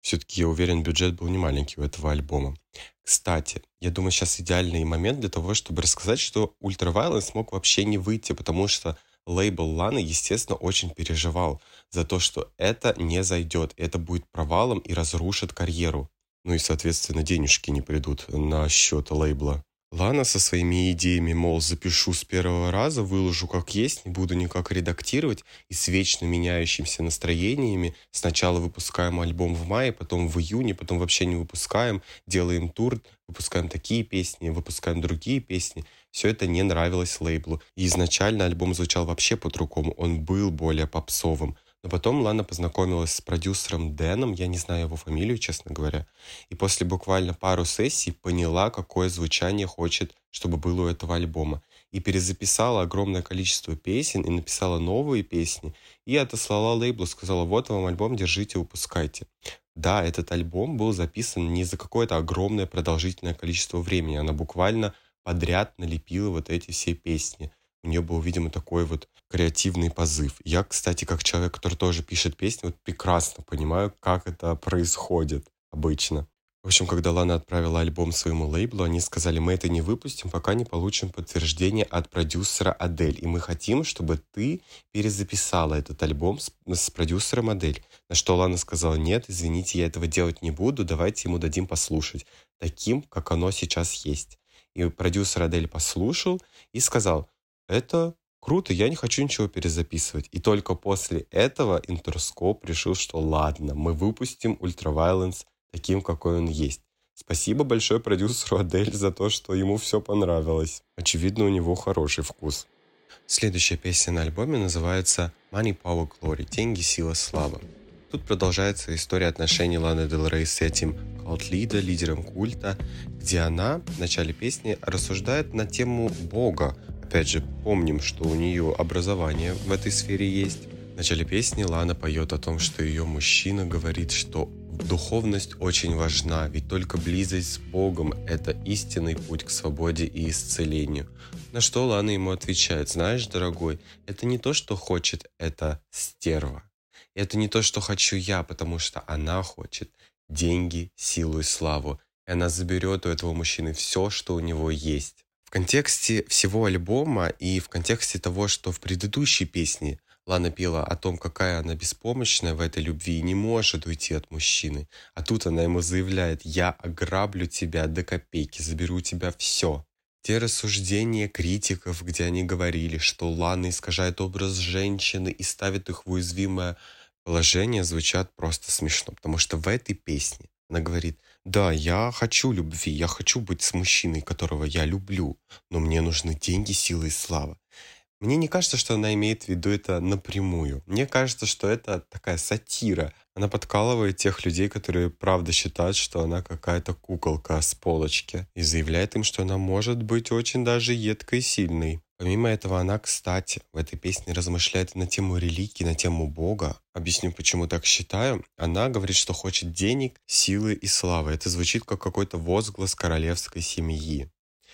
Все-таки, я уверен, бюджет был не маленький у этого альбома. Кстати, я думаю, сейчас идеальный момент для того, чтобы рассказать, что Ultraviolence мог вообще не выйти, потому что лейбл Ланы, естественно, очень переживал за то, что это не зайдет, это будет провалом и разрушит карьеру. Ну и, соответственно, денежки не придут на счет лейбла. Лана со своими идеями, мол, запишу с первого раза, выложу как есть, не буду никак редактировать, и с вечно меняющимися настроениями сначала выпускаем альбом в мае, потом в июне, потом вообще не выпускаем, делаем тур, выпускаем такие песни, выпускаем другие песни. Все это не нравилось лейблу. И изначально альбом звучал вообще по-другому, он был более попсовым. Но потом Лана познакомилась с продюсером Дэном, я не знаю его фамилию, честно говоря, и после буквально пару сессий поняла, какое звучание хочет, чтобы было у этого альбома. И перезаписала огромное количество песен, и написала новые песни, и отослала лейблу, сказала: вот вам альбом, держите, выпускайте. Да, этот альбом был записан не за какое-то огромное продолжительное количество времени, она буквально подряд налепила вот эти все песни. У нее был, видимо, такой вот креативный позыв. Я, кстати, как человек, который тоже пишет песни, вот прекрасно понимаю, как это происходит обычно. В общем, когда Лана отправила альбом своему лейблу, они сказали: мы это не выпустим, пока не получим подтверждение от продюсера Адель. И мы хотим, чтобы ты перезаписала этот альбом с, с продюсером Адель. На что Лана сказала: нет, извините, я этого делать не буду, давайте ему дадим послушать таким, как оно сейчас есть. И продюсер Адель послушал и сказал: это круто, я не хочу ничего перезаписывать. И только после этого Интерскоп решил, что ладно, мы выпустим Ultraviolence таким, какой он есть. Спасибо большое продюсеру Адель за то, что ему все понравилось. Очевидно, у него хороший вкус. Следующая песня на альбоме называется Money, Power, Glory. Деньги, сила, слава. Тут продолжается история отношений Ланы Дель Рей с этим калт-лидом, лидером культа, где она в начале песни рассуждает на тему Бога. Опять же, помним, что у нее образование в этой сфере есть. В начале песни Лана поет о том, что ее мужчина говорит, что духовность очень важна, ведь только близость с Богом – это истинный путь к свободе и исцелению. На что Лана ему отвечает: знаешь, дорогой, это не то, что хочет эта стерва. Это не то, что хочу я, потому что она хочет деньги, силу и славу. И она заберет у этого мужчины все, что у него есть. В контексте всего альбома и в контексте того, что в предыдущей песне Лана пела о том, какая она беспомощная в этой любви и не может уйти от мужчины. А тут она ему заявляет: я ограблю тебя до копейки, заберу у тебя все. Те рассуждения критиков, где они говорили, что Лана искажает образ женщины и ставит их в уязвимое положение, звучат просто смешно. Потому что в этой песне она говорит: да, я хочу любви, я хочу быть с мужчиной, которого я люблю, но мне нужны деньги, сила и слава. Мне не кажется, что она имеет в виду это напрямую. Мне кажется, что это такая сатира. Она подкалывает тех людей, которые правда считают, что она какая-то куколка с полочки, и заявляет им, что она может быть очень даже едкой и сильной. Помимо этого, она, кстати, в этой песне размышляет на тему религии, на тему Бога. Объясню, почему так считаю. Она говорит, что хочет денег, силы и славы. Это звучит как какой-то возглас королевской семьи.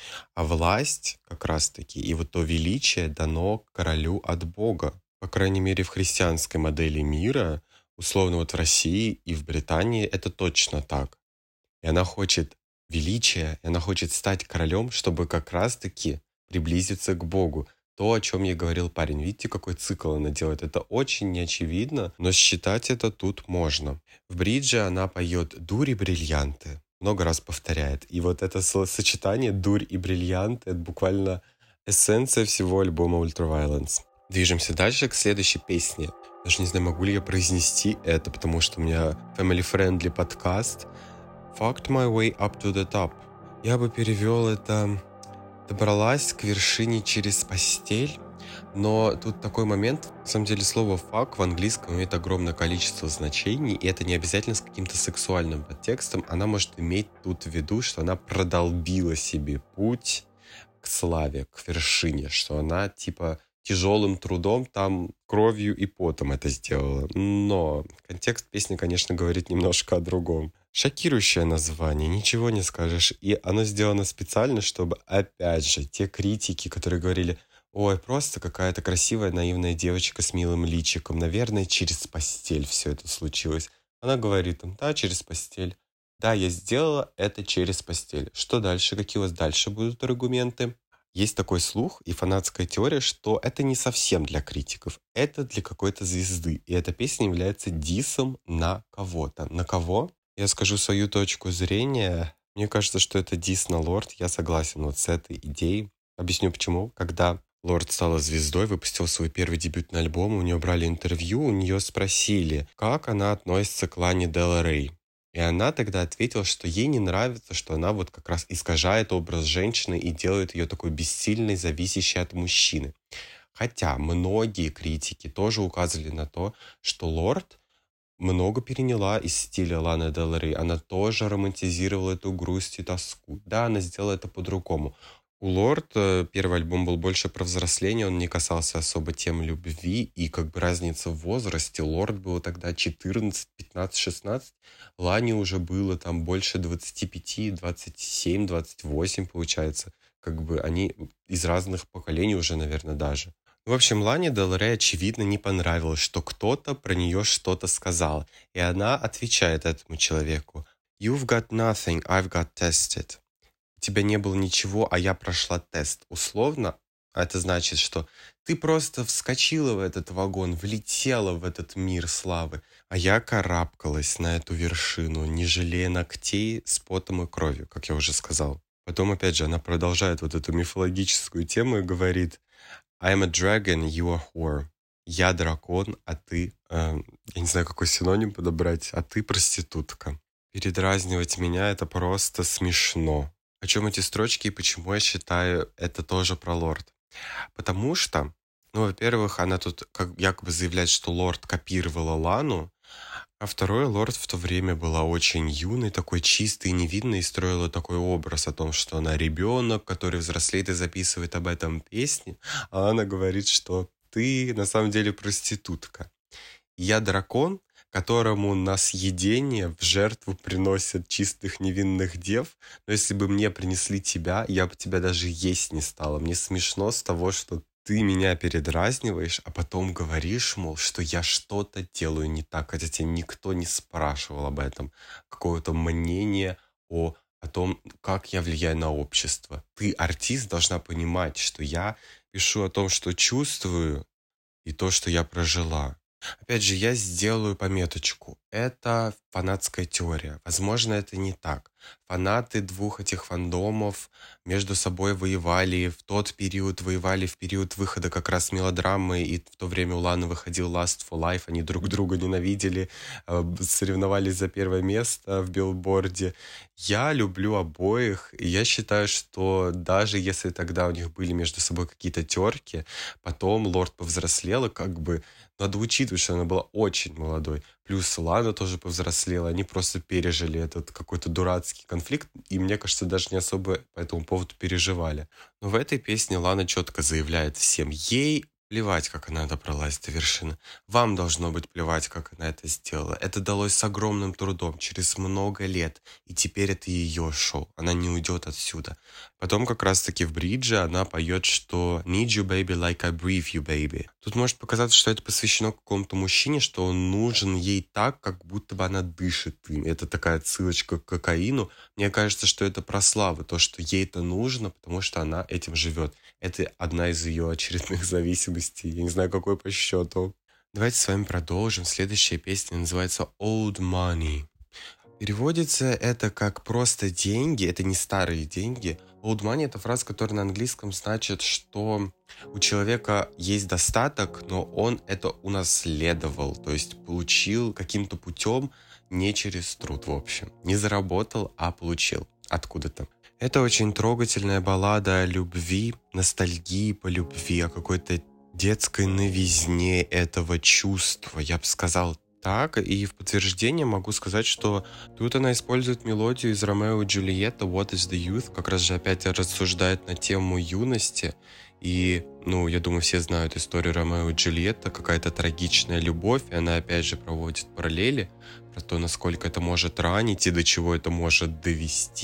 А власть, как раз-таки, и вот то величие дано королю от Бога. По крайней мере, в христианской модели мира, условно вот в России и в Британии, это точно так. И она хочет величия, и она хочет стать королем, чтобы как раз-таки приблизиться к Богу. То, о чем я говорил парень. Видите, какой цикл она делает? Это очень неочевидно, но считать это тут можно. В бридже она поет «Дурь и бриллианты». Много раз повторяет. И вот это сочетание «дурь» и «бриллианты» — это буквально эссенция всего альбома Ultraviolence. Движемся дальше к следующей песне. Даже не знаю, могу ли я произнести это, потому что у меня family-friendly подкаст. «Fucked my way up to the top». Я бы перевел это «добралась к вершине через постель». Но тут такой момент, на самом деле слово «fuck» в английском имеет огромное количество значений, и это не обязательно с каким-то сексуальным подтекстом. Она может иметь тут в виду, что она продолбила себе путь к славе, к вершине, что она типа тяжелым трудом, там кровью и потом это сделала. Но контекст песни, конечно, говорит немножко о другом. Шокирующее название, ничего не скажешь. И оно сделано специально, чтобы, опять же, те критики, которые говорили: ой, просто какая-то красивая, наивная девочка с милым личиком. Наверное, через постель все это случилось. Она говорит там, да, через постель. Да, я сделала это через постель. Что дальше? Какие у вас дальше будут аргументы? Есть такой слух и фанатская теория, что это не совсем для критиков, это для какой-то звезды. И эта песня является дисом на кого-то. На кого? Я скажу свою точку зрения. Мне кажется, что это дис на Лорд. Я согласен вот с этой идеей. Объясню почему. Когда Лорд стала звездой, выпустил свой первый дебютный альбом, у нее брали интервью, у нее спросили, как она относится к Лане Дель Рей. И она тогда ответила, что ей не нравится, что она вот как раз искажает образ женщины и делает ее такой бессильной, зависящей от мужчины. Хотя многие критики тоже указывали на то, что Лорд много переняла из стиля Ланы Дель Рей. Она тоже романтизировала эту грусть и тоску. Да, она сделала это по-другому. У Лорд э, первый альбом был больше про взросление, он не касался особо тем любви, и как бы разница в возрасте. Лорд было тогда четырнадцать, пятнадцать, шестнадцать, Лане уже было там больше двадцать пять, двадцать семь, двадцать восемь, получается. Как бы они из разных поколений уже, наверное, даже. В общем, Лане Дель Рей, очевидно, не понравилось, что кто-то про нее что-то сказал. И она отвечает этому человеку. You've got nothing, I've got tested. У тебя не было ничего, а я прошла тест. Условно, это значит, что ты просто вскочила в этот вагон, влетела в этот мир славы, а я карабкалась на эту вершину, не жалея ногтей, с потом и кровью, как я уже сказал. Потом, опять же, она продолжает вот эту мифологическую тему и говорит I'm a dragon, you a whore. Я дракон, а ты... Э, я не знаю, какой синоним подобрать, а ты проститутка. Передразнивать меня — это просто смешно. О чем эти строчки и почему я считаю это тоже про Лорд? Потому что, ну, во-первых, она тут как якобы заявляет, что Лорд копировала Лану, а второе, Лорд в то время была очень юной, такой чистой и невинной, и строила такой образ о том, что она ребенок, который взрослеет и записывает об этом песни, а она говорит, что ты на самом деле проститутка. Я дракон, которому на съедение в жертву приносят чистых невинных дев, но если бы мне принесли тебя, я бы тебя даже есть не стала. Мне смешно с того, что ты меня передразниваешь, а потом говоришь, мол, что я что-то делаю не так, хотя тебя никто не спрашивал об этом. Какое-то мнение о, о том, как я влияю на общество. Ты, артист, должна понимать, что я пишу о том, что чувствую, и то, что я прожила. Опять же, я сделаю пометочку. Это фанатская теория. Возможно, это не так. Фанаты двух этих фандомов между собой воевали, в тот период воевали, в период выхода как раз мелодрамы, и в то время у Ланы выходил Last for Life, они друг друга ненавидели, э, соревновались за первое место в билборде. Я люблю обоих, и я считаю, что даже если тогда у них были между собой какие-то терки, потом Лорд повзрослела, как бы надо учитывать, что она была очень молодой. Плюс Лана тоже повзрослела. Они просто пережили этот какой-то дурацкий конфликт. И мне кажется, даже не особо по этому поводу переживали. Но в этой песне Лана четко заявляет всем. Ей плевать, как она добралась до вершины. Вам должно быть плевать, как она это сделала. Это далось с огромным трудом, через много лет. И теперь это ее шоу. Она не уйдет отсюда. Потом как раз-таки в бридже она поет, что Need you, baby, like I breathe you, baby. Тут может показаться, что это посвящено какому-то мужчине, что он нужен ей так, как будто бы она дышит им. Это такая отсылочка к кокаину. Мне кажется, что это про славу, то, что ей это нужно, потому что она этим живет. Это одна из ее очередных зависимостей. Я не знаю, какой по счету. Давайте с вами продолжим. Следующая песня называется Old Money. Переводится это как просто деньги, это не старые деньги. Old money — это фраза, которая на английском значит, что у человека есть достаток, но он это унаследовал, то есть получил каким-то путем, не через труд, в общем. Не заработал, а получил откуда-то. Это очень трогательная баллада о любви, ностальгии по любви, о какой-то детской новизне этого чувства, я бы сказал так. И в подтверждение могу сказать, что тут она использует мелодию из Ромео и Джульетта «What is the Youth», как раз же опять рассуждает на тему юности. И, ну, я думаю, все знают историю Ромео и Джульетта, какая-то трагичная любовь, и она опять же проводит параллели про то, насколько это может ранить и до чего это может довести.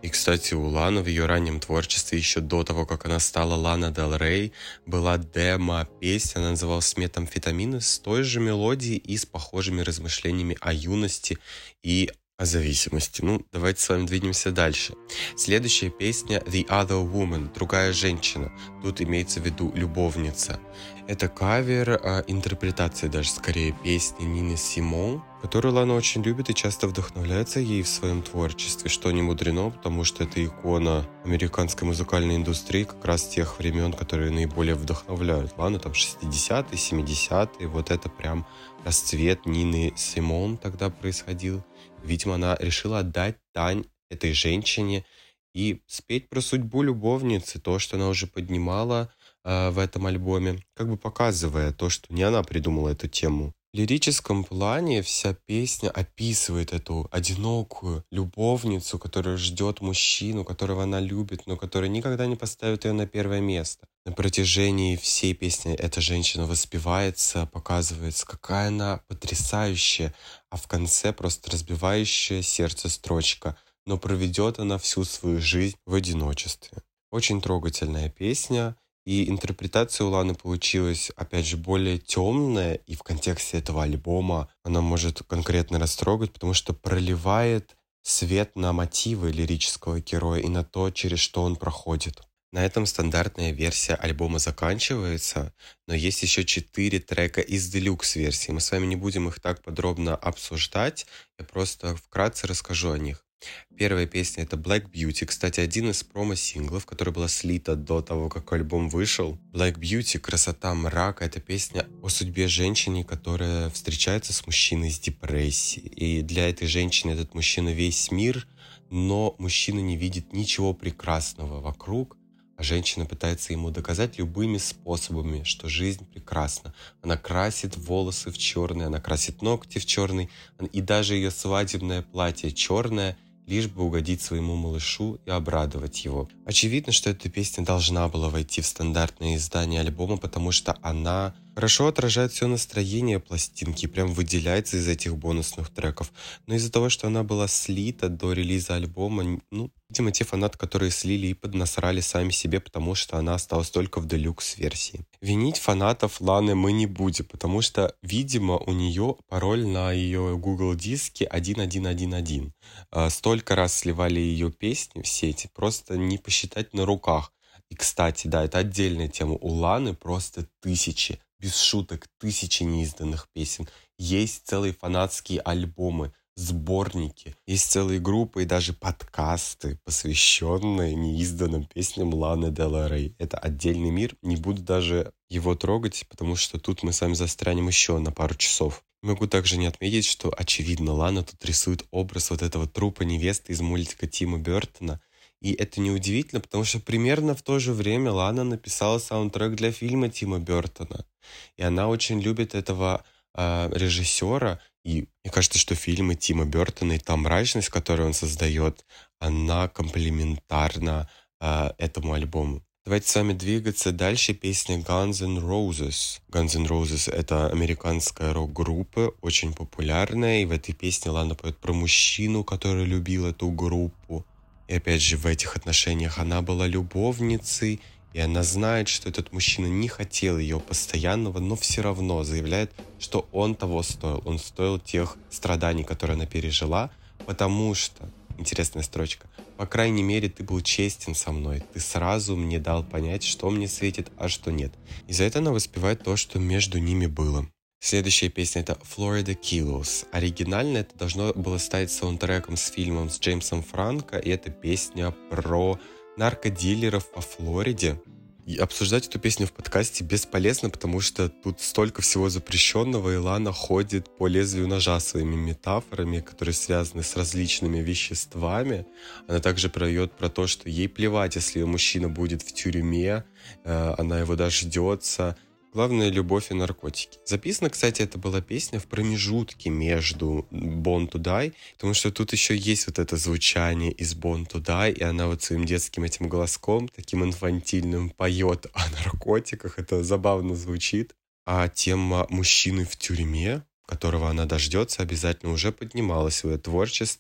И, кстати, у Ланы в ее раннем творчестве, еще до того, как она стала Лана Дель Рей, была демо-песня, она называлась «Метамфетамины», с той же мелодией и с похожими размышлениями о юности и о зависимости. Ну, давайте с вами двинемся дальше. Следующая песня «The Other Woman», «Другая женщина». Тут имеется в виду любовница. Это кавер, а, интерпретация даже скорее песни Нины Симон, которую Лана очень любит и часто вдохновляется ей в своем творчестве, что не мудрено, потому что это икона американской музыкальной индустрии как раз тех времен, которые наиболее вдохновляют Лану, там шестидесятые, семидесятые, вот это прям расцвет Нины Симон тогда происходил. Видимо, она решила отдать дань этой женщине и спеть про судьбу любовницы, то, что она уже поднимала э, в этом альбоме, как бы показывая то, что не она придумала эту тему. В лирическом плане вся песня описывает эту одинокую любовницу, которая ждет мужчину, которого она любит, но который никогда не поставит ее на первое место. На протяжении всей песни эта женщина воспевается, показывается, какая она потрясающая, а в конце просто разбивающая сердце строчка. Но проведет она всю свою жизнь в одиночестве. Очень трогательная песня. И интерпретация у Ланы получилась, опять же, более темная, и в контексте этого альбома она может конкретно растрогать, потому что проливает свет на мотивы лирического героя и на то, через что он проходит. На этом стандартная версия альбома заканчивается, но есть еще четыре трека из делюкс-версии. Мы с вами не будем их так подробно обсуждать, я просто вкратце расскажу о них. Первая песня — это Black Beauty, кстати, один из промо-синглов, который была слита до того, как альбом вышел. Black Beauty, красота мрака — это песня о судьбе женщины, которая встречается с мужчиной с депрессией. И для этой женщины этот мужчина весь мир, но мужчина не видит ничего прекрасного вокруг, а женщина пытается ему доказать любыми способами, что жизнь прекрасна. Она красит волосы в черный, она красит ногти в черный, и даже ее свадебное платье черное, лишь бы угодить своему малышу и обрадовать его. Очевидно, что эта песня должна была войти в стандартное издание альбома, потому что она хорошо отражает все настроение пластинки и прям выделяется из этих бонусных треков. Но из-за того, что она была слита до релиза альбома, ну, видимо, те фанаты, которые слили и поднасрали сами себе, потому что она осталась только в делюкс-версии. Винить фанатов Ланы мы не будем, потому что, видимо, у нее пароль на ее Google диске один один один один. Столько раз сливали ее песни в сети, просто не посчитать на руках. И, кстати, да, это отдельная тема. У Ланы просто тысячи, без шуток, тысячи неизданных песен. Есть целые фанатские альбомы, сборники, есть целые группы и даже подкасты, посвященные неизданным песням Ланы Дель Рей. Это отдельный мир, не буду даже его трогать, потому что тут мы с вами застрянем еще на пару часов. Могу также не отметить, что, очевидно, Лана тут рисует образ вот этого трупа невесты из мультика Тима Бёртона. И это неудивительно, потому что примерно в то же время Лана написала саундтрек для фильма Тима Бёртона. И она очень любит этого э, режиссера. И мне кажется, что фильмы Тима Бёртона и та мрачность, которую он создает, она комплементарна э, этому альбому. Давайте с вами двигаться дальше. Песня Guns N' Roses. Guns N' Roses — это американская рок-группа, очень популярная. И в этой песне Лана поет про мужчину, который любил эту группу. И опять же, в этих отношениях она была любовницей, и она знает, что этот мужчина не хотел ее постоянного, но все равно заявляет, что он того стоил. Он стоил тех страданий, которые она пережила, потому что, интересная строчка, по крайней мере, ты был честен со мной, ты сразу мне дал понять, что мне светит, а что нет. И за это она воспевает то, что между ними было. Следующая песня — это Florida Kilos. Оригинально это должно было стать саундтреком с фильмом с Джеймсом Франко, и это песня про наркодилеров во Флориде. И обсуждать эту песню в подкасте бесполезно, потому что тут столько всего запрещенного, и Лана ходит по лезвию ножа своими метафорами, которые связаны с различными веществами. Она также поет про то, что ей плевать, если ее мужчина будет в тюрьме, она его дождется. Главное — любовь и наркотики. Записана, кстати, это была песня в промежутке между Born to Die, потому что тут еще есть вот это звучание из Born to Die, и она вот своим детским этим голоском, таким инфантильным, поет о наркотиках. Это забавно звучит. А тема мужчины в тюрьме, которого она дождется, обязательно уже поднималась в ее творчестве.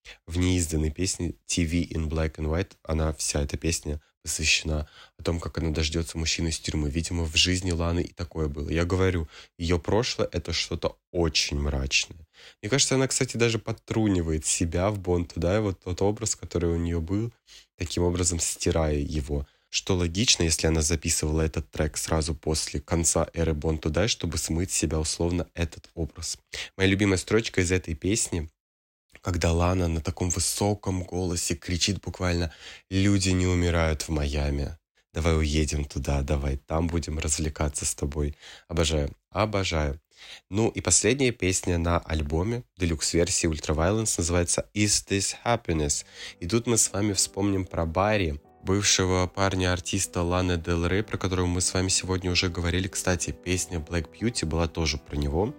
В неизданной песне ти ви in Black and White, она вся эта песня посвящена о том, как она дождется мужчины из тюрьмы. Видимо, в жизни Ланы и такое было. Я говорю, ее прошлое — это что-то очень мрачное. Мне кажется, она, кстати, даже подтрунивает себя в Born to Die, вот тот образ, который у нее был, таким образом стирая его. Что логично, если она записывала этот трек сразу после конца эры Born to Die, чтобы смыть с себя условно этот образ. Моя любимая строчка из этой песни, когда Лана на таком высоком голосе кричит буквально «Люди не умирают в Майами. Давай уедем туда, давай там будем развлекаться с тобой». Обожаю, обожаю. Ну и последняя песня на альбоме, делюкс-версии Ultraviolence, называется «Is This Happiness?». И тут мы с вами вспомним про Барри, бывшего парня-артиста Ланы Дель Рей, про которого мы с вами сегодня уже говорили. Кстати, песня Black Beauty была тоже про него.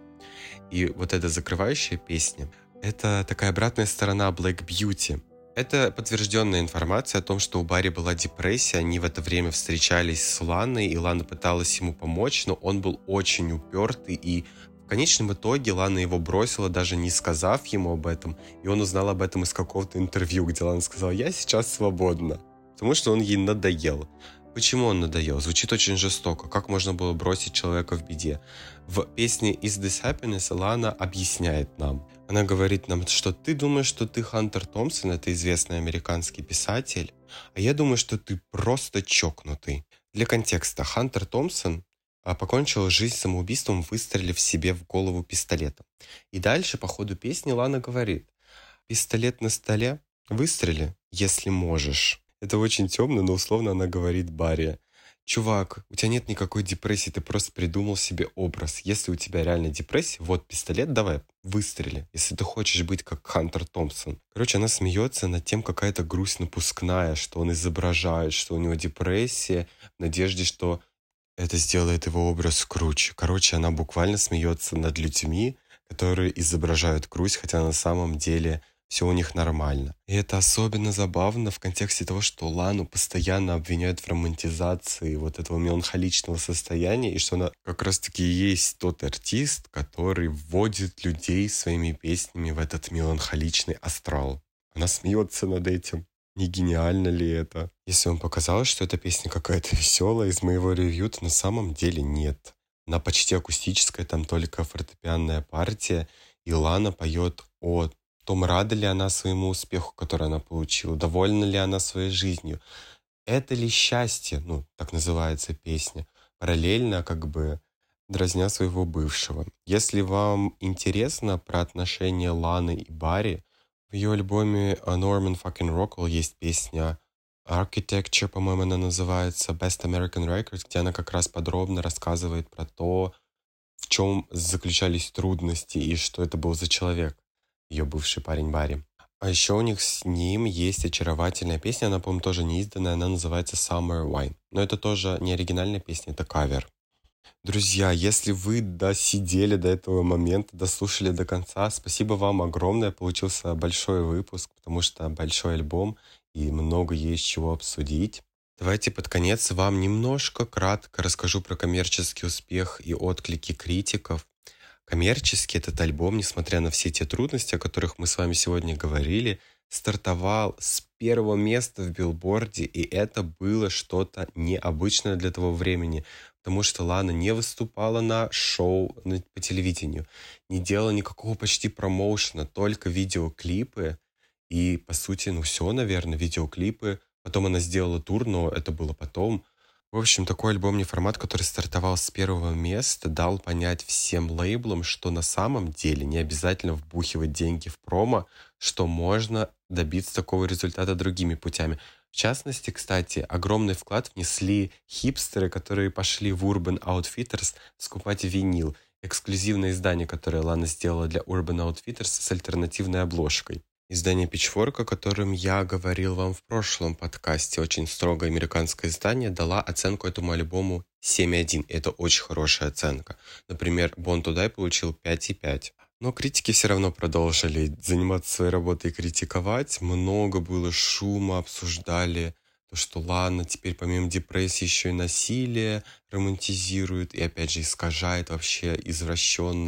И вот эта закрывающая песня — это такая обратная сторона Black Beauty. Это подтвержденная информация о том, что у Барри была депрессия, они в это время встречались с Ланой, и Лана пыталась ему помочь, но он был очень упертый, и в конечном итоге Лана его бросила, даже не сказав ему об этом, и он узнал об этом из какого-то интервью, где Лана сказала: «Я сейчас свободна», потому что он ей надоел. Почему он надоел? Звучит очень жестоко. Как можно было бросить человека в беде? В песне «Is This Happiness» Лана объясняет нам. Она говорит нам, что ты думаешь, что ты Хантер Томпсон, это известный американский писатель, а я думаю, что ты просто чокнутый. Для контекста, Хантер Томпсон покончил жизнь самоубийством, выстрелив себе в голову пистолетом. И дальше по ходу песни Лана говорит: «Пистолет на столе? Выстрели, если можешь». Это очень темно, но условно она говорит Барри: «Чувак, у тебя нет никакой депрессии, ты просто придумал себе образ. Если у тебя реально депрессия, вот пистолет, давай, выстрели, если ты хочешь быть как Хантер Томпсон». Короче, она смеется над тем, какая-то грусть напускная, что он изображает, что у него депрессия, в надежде, что это сделает его образ круче. Короче, она буквально смеется над людьми, которые изображают грусть, хотя на самом деле все у них нормально. И это особенно забавно в контексте того, что Лану постоянно обвиняют в романтизации вот этого меланхоличного состояния, и что она как раз-таки и есть тот артист, который вводит людей своими песнями в этот меланхоличный астрал. Она смеется над этим. Не гениально ли это? Если вам показалось, что эта песня какая-то веселая из моего ревью, то на самом деле нет. Она почти акустическая, там только фортепианная партия, и Лана поет о том, рада ли она своему успеху, который она получила, довольна ли она своей жизнью. Это ли счастье, ну, так называется песня, параллельно как бы дразня своего бывшего. Если вам интересно про отношения Ланы и Барри, в ее альбоме Norman Fucking Rockwell есть песня Architecture, по-моему, она называется, Best American Records, где она как раз подробно рассказывает про то, в чем заключались трудности и что это был за человек, ее бывший парень Барри. А еще у них с ним есть очаровательная песня, она, по-моему, тоже не изданная, она называется Summer Wine. Но это тоже не оригинальная песня, это кавер. Друзья, если вы досидели до этого момента, дослушали до конца, спасибо вам огромное, получился большой выпуск, потому что большой альбом и много есть чего обсудить. Давайте под конец вам немножко кратко расскажу про коммерческий успех и отклики критиков. Коммерчески этот альбом, несмотря на все те трудности, о которых мы с вами сегодня говорили, стартовал с первого места в билборде, и это было что-то необычное для того времени, потому что Лана не выступала на шоу по телевидению, не делала никакого почти промоушена, только видеоклипы, и, по сути, ну все, наверное, видеоклипы. Потом она сделала тур, но это было потом. В общем, такой альбомный формат, который стартовал с первого места, дал понять всем лейблам, что на самом деле не обязательно вбухивать деньги в промо, что можно добиться такого результата другими путями. В частности, кстати, огромный вклад внесли хипстеры, которые пошли в Urban Outfitters скупать винил. Эксклюзивное издание, которое Лана сделала для Urban Outfitters с альтернативной обложкой. Издание Pitchfork, о котором я говорил вам в прошлом подкасте, очень строгое американское издание, дала оценку этому альбому семь и один. Это очень хорошая оценка. Например, Born to Die получил пять и пять. Но критики все равно продолжили заниматься своей работой и критиковать. Много было шума, обсуждали то, что Лана теперь помимо депрессии еще и насилие романтизирует и опять же искажает вообще извращенно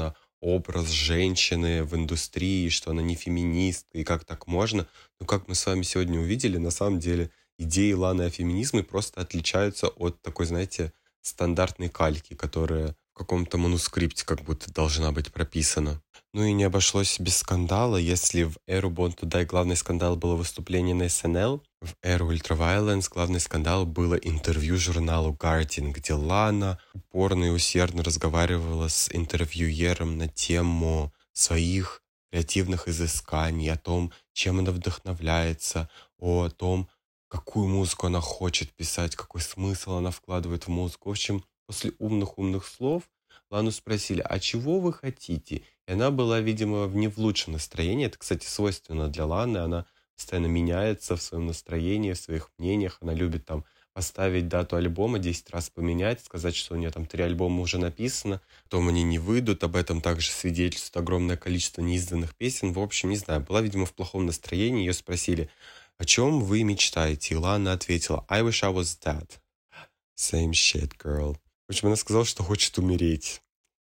образ женщины в индустрии, что она не феминистка, и как так можно. Но как мы с вами сегодня увидели, на самом деле идеи Ланы о феминизме просто отличаются от такой, знаете, стандартной кальки, которая в каком-то манускрипте как будто должна быть прописана. Ну и не обошлось без скандала. Если в эру Born to Die главный скандал было выступление на эс эн эл, в эру Ultraviolence главный скандал было интервью журналу Guardian, где Лана упорно и усердно разговаривала с интервьюером на тему своих креативных изысканий, о том, чем она вдохновляется, о том, какую музыку она хочет писать, какой смысл она вкладывает в музыку. В общем, после умных-умных слов Лану спросили, а чего вы хотите? И она была, видимо, в не в лучшем настроении. Это, кстати, свойственно для Ланы. Она постоянно меняется в своем настроении, в своих мнениях. Она любит там поставить дату альбома, десять раз поменять, сказать, что у нее там три альбома уже написано, потом они не выйдут. Об этом также свидетельствует огромное количество неизданных песен. В общем, не знаю, была, видимо, в плохом настроении. Ее спросили, о чем вы мечтаете? И Лана ответила, I wish I was dead. Same shit, girl. В общем, она сказала, что хочет умереть.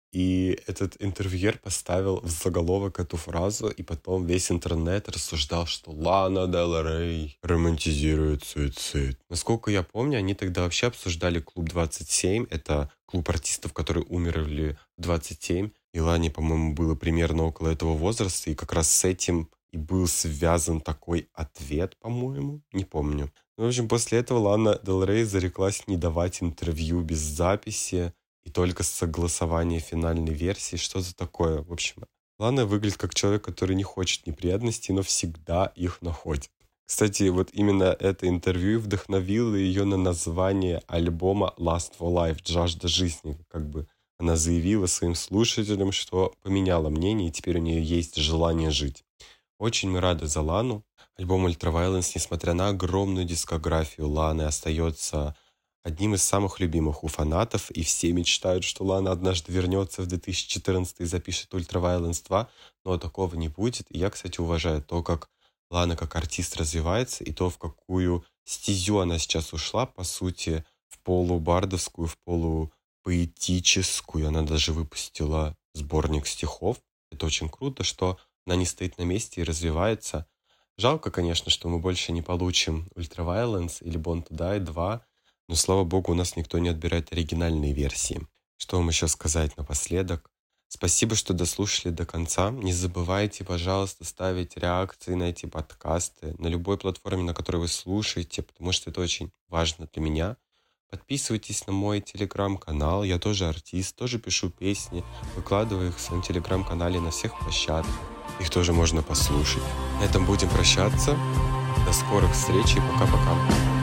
И этот интервьюер поставил в заголовок эту фразу, и потом весь интернет рассуждал, что Лана Дель Рей романтизирует суицид. Насколько я помню, они тогда вообще обсуждали клуб двадцать семь. Это клуб артистов, которые умерли в двадцать семь. И Лане, по-моему, было примерно около этого возраста, и как раз с этим и был связан такой ответ, по-моему, не помню. Ну, в общем, после этого Лана Дель Рей зареклась не давать интервью без записи и только с согласования финальной версии. Что за такое? В общем, Лана выглядит как человек, который не хочет неприятностей, но всегда их находит. Кстати, вот именно это интервью вдохновило ее на название альбома Last for Life, «Жажда жизни». Как бы она заявила своим слушателям, что поменяла мнение, и теперь у нее есть желание жить. Очень мы рады за Лану. Альбом Ultraviolence, несмотря на огромную дискографию Ланы, остается одним из самых любимых у фанатов, и все мечтают, что Лана однажды вернется в две тысячи четырнадцатый и запишет Ultraviolence два, но такого не будет. И я, кстати, уважаю то, как Лана как артист развивается, и то, в какую стезю она сейчас ушла, по сути, в полубардовскую, в полупоэтическую. Она даже выпустила сборник стихов. Это очень круто, что она не стоит на месте и развивается. Жалко, конечно, что мы больше не получим Ultraviolence или Born to Die два, но, слава богу, у нас никто не отбирает оригинальные версии. Что вам еще сказать напоследок? Спасибо, что дослушали до конца. Не забывайте, пожалуйста, ставить реакции на эти подкасты на любой платформе, на которой вы слушаете, потому что это очень важно для меня. Подписывайтесь на мой телеграм-канал. Я тоже артист, тоже пишу песни, выкладываю их в своем телеграм-канале на всех площадках. Их тоже можно послушать. На этом будем прощаться. До скорых встреч и пока-пока.